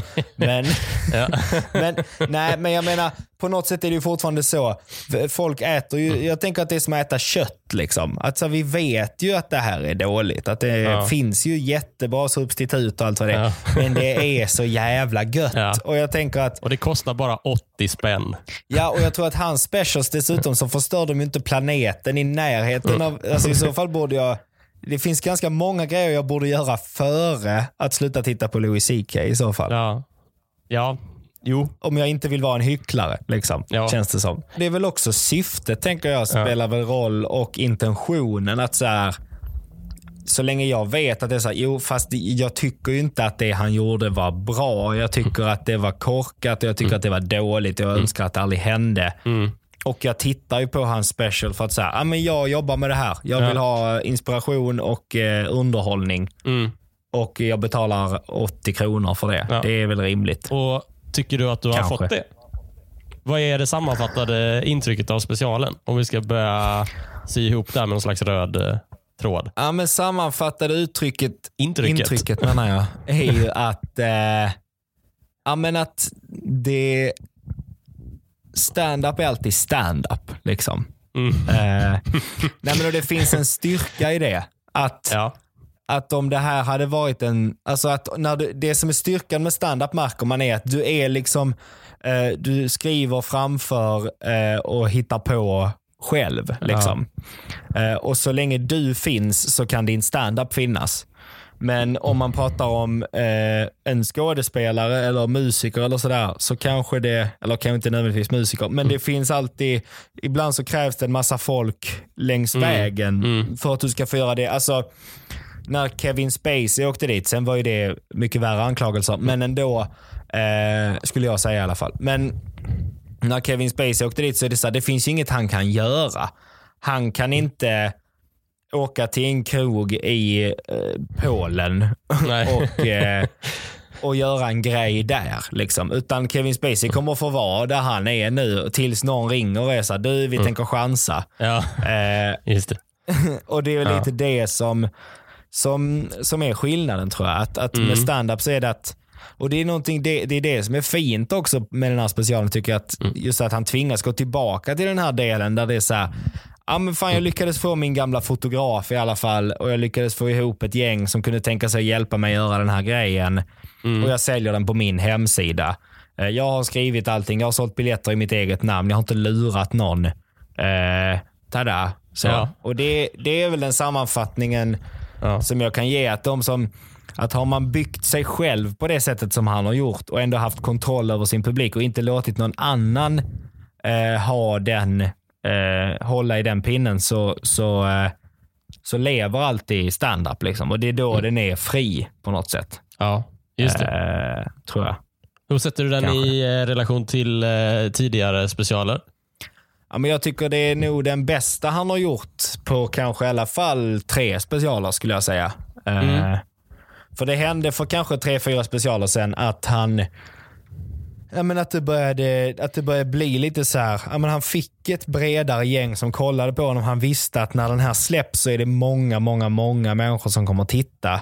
men jag menar, på något sätt är det ju fortfarande så. Folk äter ju, jag tänker att det är som att äta kött liksom. Alltså vi vet ju att det här är dåligt. Att det finns ju jättebra substitut och allt vad det är. Men det är så jävla gött. Ja. Och jag tänker att... Och det kostar bara 80 spänn. Ja, och jag tror att hans specials dessutom, så förstör de ju inte planeten i närheten av... Alltså i så fall borde jag... Det finns ganska många grejer jag borde göra före att sluta titta på Louis CK i så fall. Ja. Jo. Om jag inte vill vara en hycklare liksom, känns det som. Det är väl också syftet, tänker jag, spelar väl roll, och intentionen att så länge jag vet att det är så här, fast jag tycker ju inte att det han gjorde var bra. Jag tycker att det var korkat och jag tycker att det var dåligt och jag önskar att det aldrig hände. Och jag tittar ju på hans special för att säga, men jag jobbar med det här. Jag vill ha inspiration och underhållning. Och jag betalar 80 kronor för det. Det är väl rimligt. Och tycker du att du har fått det? Vad är det sammanfattade intrycket av specialen? Om vi ska börja sy ihop det med någon slags röd tråd. Ja, men sammanfattade intrycket menar jag, är ju att att det stand-up är alltid stand-up liksom. Nej, men det finns en styrka i det. Att om det här hade varit alltså att det som är styrkan med stand-up, märker man, är att du är liksom du skriver framför och hittar på själv liksom. Och så länge du finns så kan din stand-up finnas. Men om man pratar om en skådespelare eller musiker eller sådär, så kanske det, eller kanske inte nödvändigtvis musiker, men det finns alltid, ibland så krävs det en massa folk längs vägen för att du ska få göra det. Alltså när Kevin Spacey åkte dit, sen var ju det mycket värre anklagelser, men ändå skulle jag säga i alla fall. Men när Kevin Spacey åkte dit så är det så här, det finns ju inget han kan göra. Han kan inte åka till en krog i Polen och göra en grej där liksom. Utan Kevin Spacey kommer få vara där han är nu tills någon ringer och är så här, du, vi tänker chansa. Ja, just det. Och det är väl lite det som är skillnaden, tror jag. Att med stand-up så är det att, och det är någonting, det är det som är fint också med den här specialen, tycker jag, att just att han tvingas gå tillbaka till den här delen där det är så här, ja men fan, jag lyckades få min gamla fotograf i alla fall, och jag lyckades få ihop ett gäng som kunde tänka sig hjälpa mig göra den här grejen, och jag säljer den på min hemsida. Jag har skrivit allting, jag har sålt biljetter i mitt eget namn, jag har inte lurat någon. Tada. Så. Ja. Och det är väl den sammanfattningen som jag kan ge, att att har man byggt sig själv på det sättet som han har gjort och ändå haft kontroll över sin publik och inte låtit någon annan hålla i den pinnen, så lever alltid stand-up liksom. Och det är då den är fri på något sätt. Ja, just det. Tror jag. Hur sätter du den i relation till tidigare specialer? Ja, men jag tycker det är nog den bästa han har gjort på kanske i alla fall 3 specialer, skulle jag säga. För det hände för kanske 3-4 specialer sen att han, ja, men att det började bli lite så här, ja, men han fick ett bredare gäng som kollade på honom. Han visste att när den här släpps så är det många människor som kommer att titta.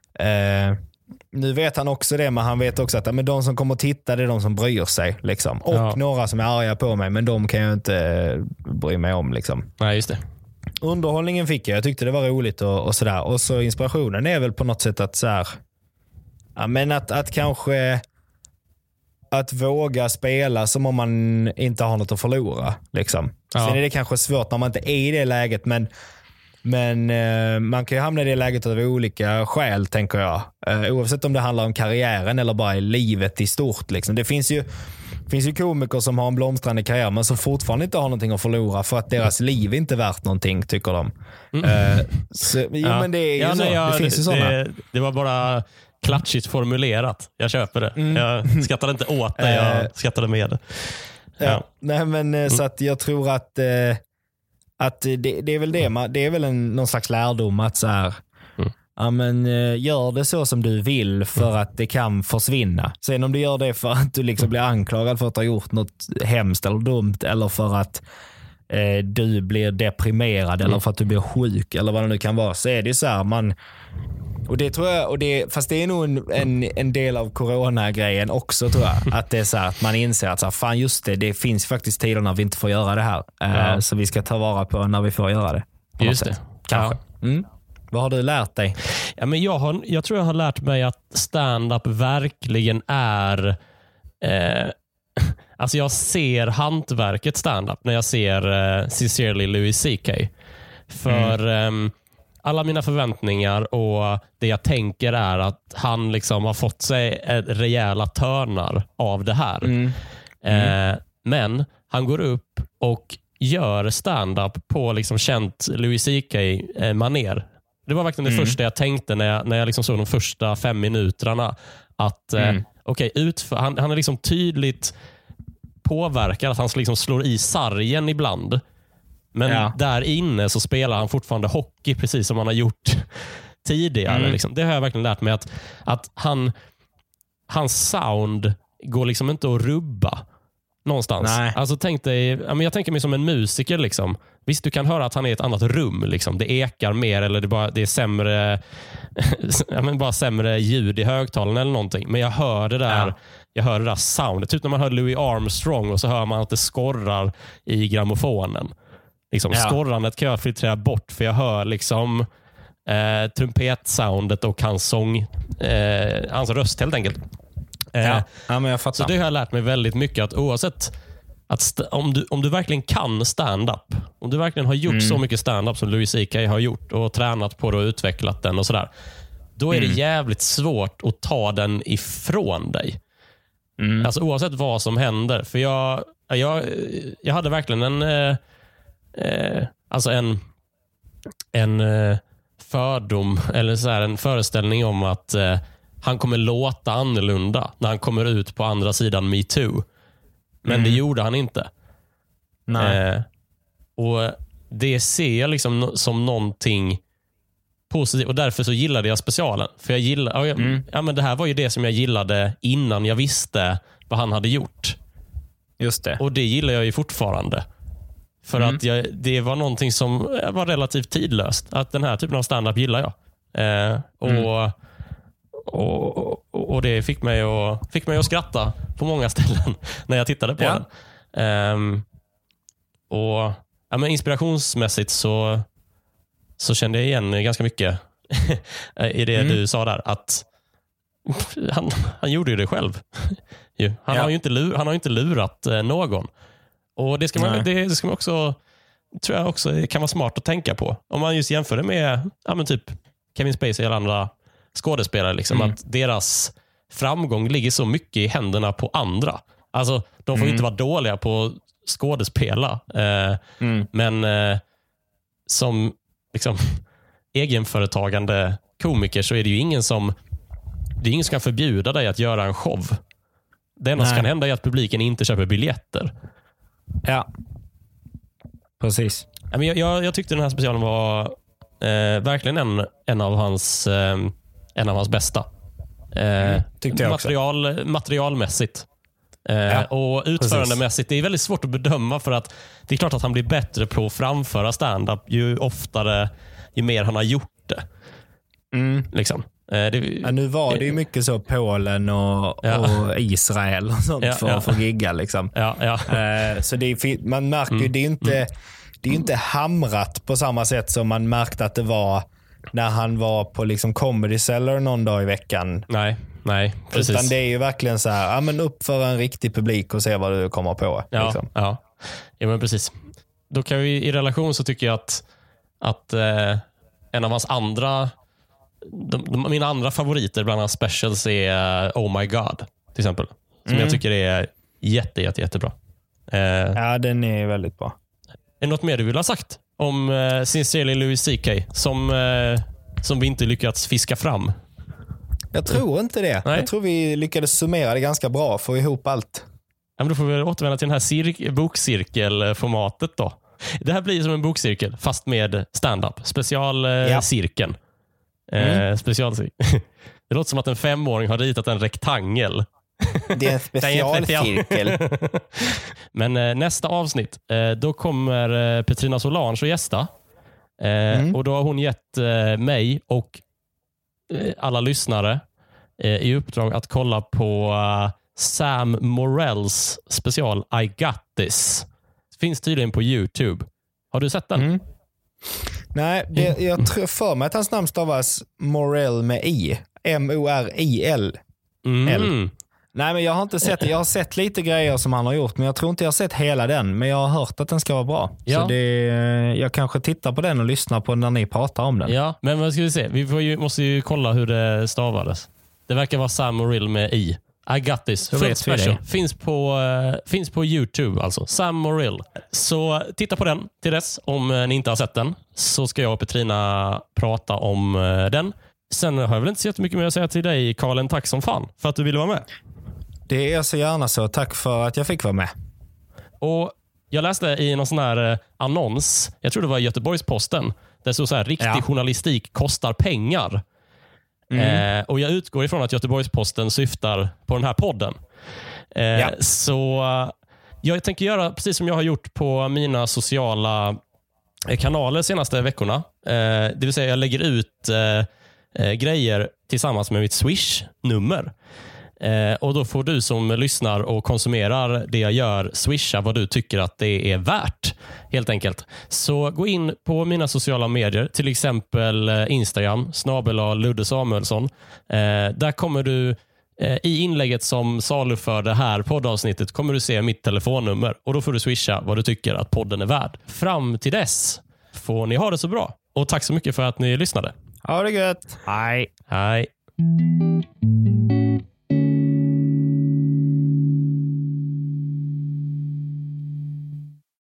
Nu vet han också det, men han vet också att men de som kommer att titta, det är de som bryr sig liksom. Och några som är arga på mig, men de kan jag inte bry mig om liksom. Nej, just det. Underhållningen fick jag tyckte det var roligt och sådär. Och så inspirationen är väl på något sätt att så här, ja, men att kanske att våga spela som om man inte har något att förlora liksom. Sen är det kanske svårt när man inte är i det läget, men man kan ju hamna i det läget av olika skäl, tänker jag. Oavsett om det handlar om karriären eller bara i livet i stort liksom. Det finns ju komiker som har en blomstrande karriär men som fortfarande inte har någonting att förlora för att deras liv inte är värt någonting, tycker de. Men det är ju så. Det finns ju sådana. Det var bara klatschigt formulerat. Jag köper det. Jag skattade inte åt det, jag skattade med det. Ja. Nej, men så att jag tror att det är väl det är väl någon slags lärdom att så här, ja, men gör det så som du vill, för att det kan försvinna. Sen om du gör det för att du liksom blir anklagad för att ha gjort något hemskt eller dumt, eller för att du blir deprimerad eller för att du blir sjuk eller vad det nu kan vara, så är det så här, och det tror jag, fast det är nog en del av corona-grejen också, tror jag, att det är så här, att man inser att så här, fan, just det finns faktiskt tider när vi inte får göra det här, så vi ska ta vara på när vi får göra det. Just det. Kanske. Vad har du lärt dig? Ja, men jag tror jag har lärt mig att stand-up verkligen är alltså jag ser hantverket stand-up när jag ser Sincerely Louis CK. För alla mina förväntningar och det jag tänker är att han liksom har fått sig rejäla törnar av det här. Men han går upp och gör stand-up på liksom känt Louis CK-maner. Det var verkligen det första jag tänkte när jag liksom såg de första 5 minuterna. Att han är liksom tydligt påverkad, att han liksom slår i sargen ibland. Men där inne så spelar han fortfarande hockey precis som han har gjort tidigare. Liksom. Det har jag verkligen lärt mig, att hans sound går liksom inte att rubba någonstans. Nej. Alltså jag tänker mig som en musiker liksom. Visst, du kan höra att han är i ett annat rum liksom. Det ekar mer, eller det är sämre bara sämre ljud i högtalen eller någonting. Men jag hör det där soundet. Typ när man hör Louis Armstrong och så hör man att det skorrar i grammofonen. Liksom, skorrandet kan jag filtrera bort, för jag hör liksom trumpetsoundet och hans sång, hans röst helt enkelt. Men jag fattar. Så det har jag lärt mig väldigt mycket, att oavsett om du verkligen kan stand-up, om du verkligen har gjort så mycket stand-up som Louis CK har gjort och tränat på det och utvecklat den och sådär, då är det jävligt svårt att ta den ifrån dig. Alltså oavsett vad som händer. För jag hade verkligen en fördom, eller så här, en föreställning om att han kommer låta annorlunda när han kommer ut på andra sidan MeToo. Men det gjorde han inte. Nej. Och det ser jag liksom som någonting positivt. Och därför så gillade jag specialen. För jag gillar, men det här var ju det som jag gillade innan jag visste vad han hade gjort. Just det. Och det gillar jag ju fortfarande. För att det var någonting som var relativt tidlöst. Att den här typen av stand-up gillar jag. Och det fick mig att skratta på många ställen när jag tittade på den. Men inspirationsmässigt så kände jag igen ganska mycket i det du sa där. Att han gjorde ju det själv. Han har ju inte lurat någon. Och det ska man också, tror jag också kan vara smart att tänka på. Om man just jämför det med typ Kevin Spacey eller andra skådespelare. Liksom, att deras framgång ligger så mycket i händerna på andra. Alltså, de får inte vara dåliga på skådespela. Men som liksom, egenföretagande komiker så är det ju ingen som kan förbjuda dig att göra en show. Det enda som kan hända är att publiken inte köper biljetter. Ja, precis. Jag tyckte den här specialen var verkligen en av hans bästa. Tyckte jag också. Materialmässigt. Och utförandemässigt. Det är väldigt svårt att bedöma för att det är klart att han blir bättre på att framföra stand-up ju oftare, ju mer han har gjort det. Liksom. Nu var det ju mycket så Polen och Israel och sånt för att få gigga liksom. Så man märker ju det är inte hamrat på samma sätt som man märkte att det var när han var på liksom Comedy Cellar någon dag i veckan. Nej, precis. Utan det är ju verkligen så här, men upp för en riktig publik och se vad du kommer på. Liksom. Ja, men precis. Då kan vi i relation så tycker jag att en av hans andra mina andra favoriter bland hans specials är Oh My God till exempel. Som jag tycker är jättebra. Ja, den är väldigt bra. Är det något mer du vill ha sagt om Sincerely Louis CK som vi inte lyckats fiska fram? Jag tror inte det. Nej. Jag tror vi lyckades summera det ganska bra, få ihop allt. Ja, men då får vi återvända till den här bokcirkelformatet då. Det här blir som en bokcirkel fast med stand-up. Specialcirkeln. Det låter som att en 5-åring har ritat en rektangel. Det är en specialcirkel. Men nästa avsnitt då kommer Petrina Solange och gästa. Och då har hon gett mig och alla lyssnare i uppdrag att kolla på Sam Morells special I Got This. Finns tydligen på YouTube. Har du sett den? Nej, jag tror för mig att hans namn stavas Morell med I. M-O-R-I-L. Nej, men jag har inte sett det. Jag har sett lite grejer som han har gjort, men jag tror inte jag har sett hela den. Men jag har hört att den ska vara bra. Ja. Så jag kanske tittar på den och lyssnar på när ni pratar om den. Ja, men vad ska vi se? Vi måste ju kolla hur det stavades. Det verkar vara Sam Morell med I. I Got This. Full special. Finns på YouTube alltså. Sam Morell. Så titta på den till dess. Om ni inte har sett den så ska jag och Petrina prata om den. Sen har jag väl inte så jättemycket mer att säga till dig, Karlen. Tack som fan för att du ville vara med. Det är så gärna så. Tack för att jag fick vara med. Och jag läste i någon sån här annons, jag tror det var i Göteborgs-Posten, där så här, riktig journalistik kostar pengar. Och jag utgår ifrån att Göteborgs-Posten syftar på den här podden. Så jag tänker göra precis som jag har gjort på mina sociala kanaler senaste veckorna. Det vill säga jag lägger ut grejer tillsammans med mitt Swish-nummer. Och då får du som lyssnar och konsumerar det jag gör swisha vad du tycker att det är värt, helt enkelt. Så gå in på mina sociala medier, till exempel Instagram /Ludde Samuelsson. Där kommer du i inlägget som saluför det här poddavsnittet kommer du se mitt telefonnummer och då får du swisha vad du tycker att podden är värd. Fram till dess får ni ha det så bra. Och tack så mycket för att ni lyssnade. Ha det gött. Hej. Hej.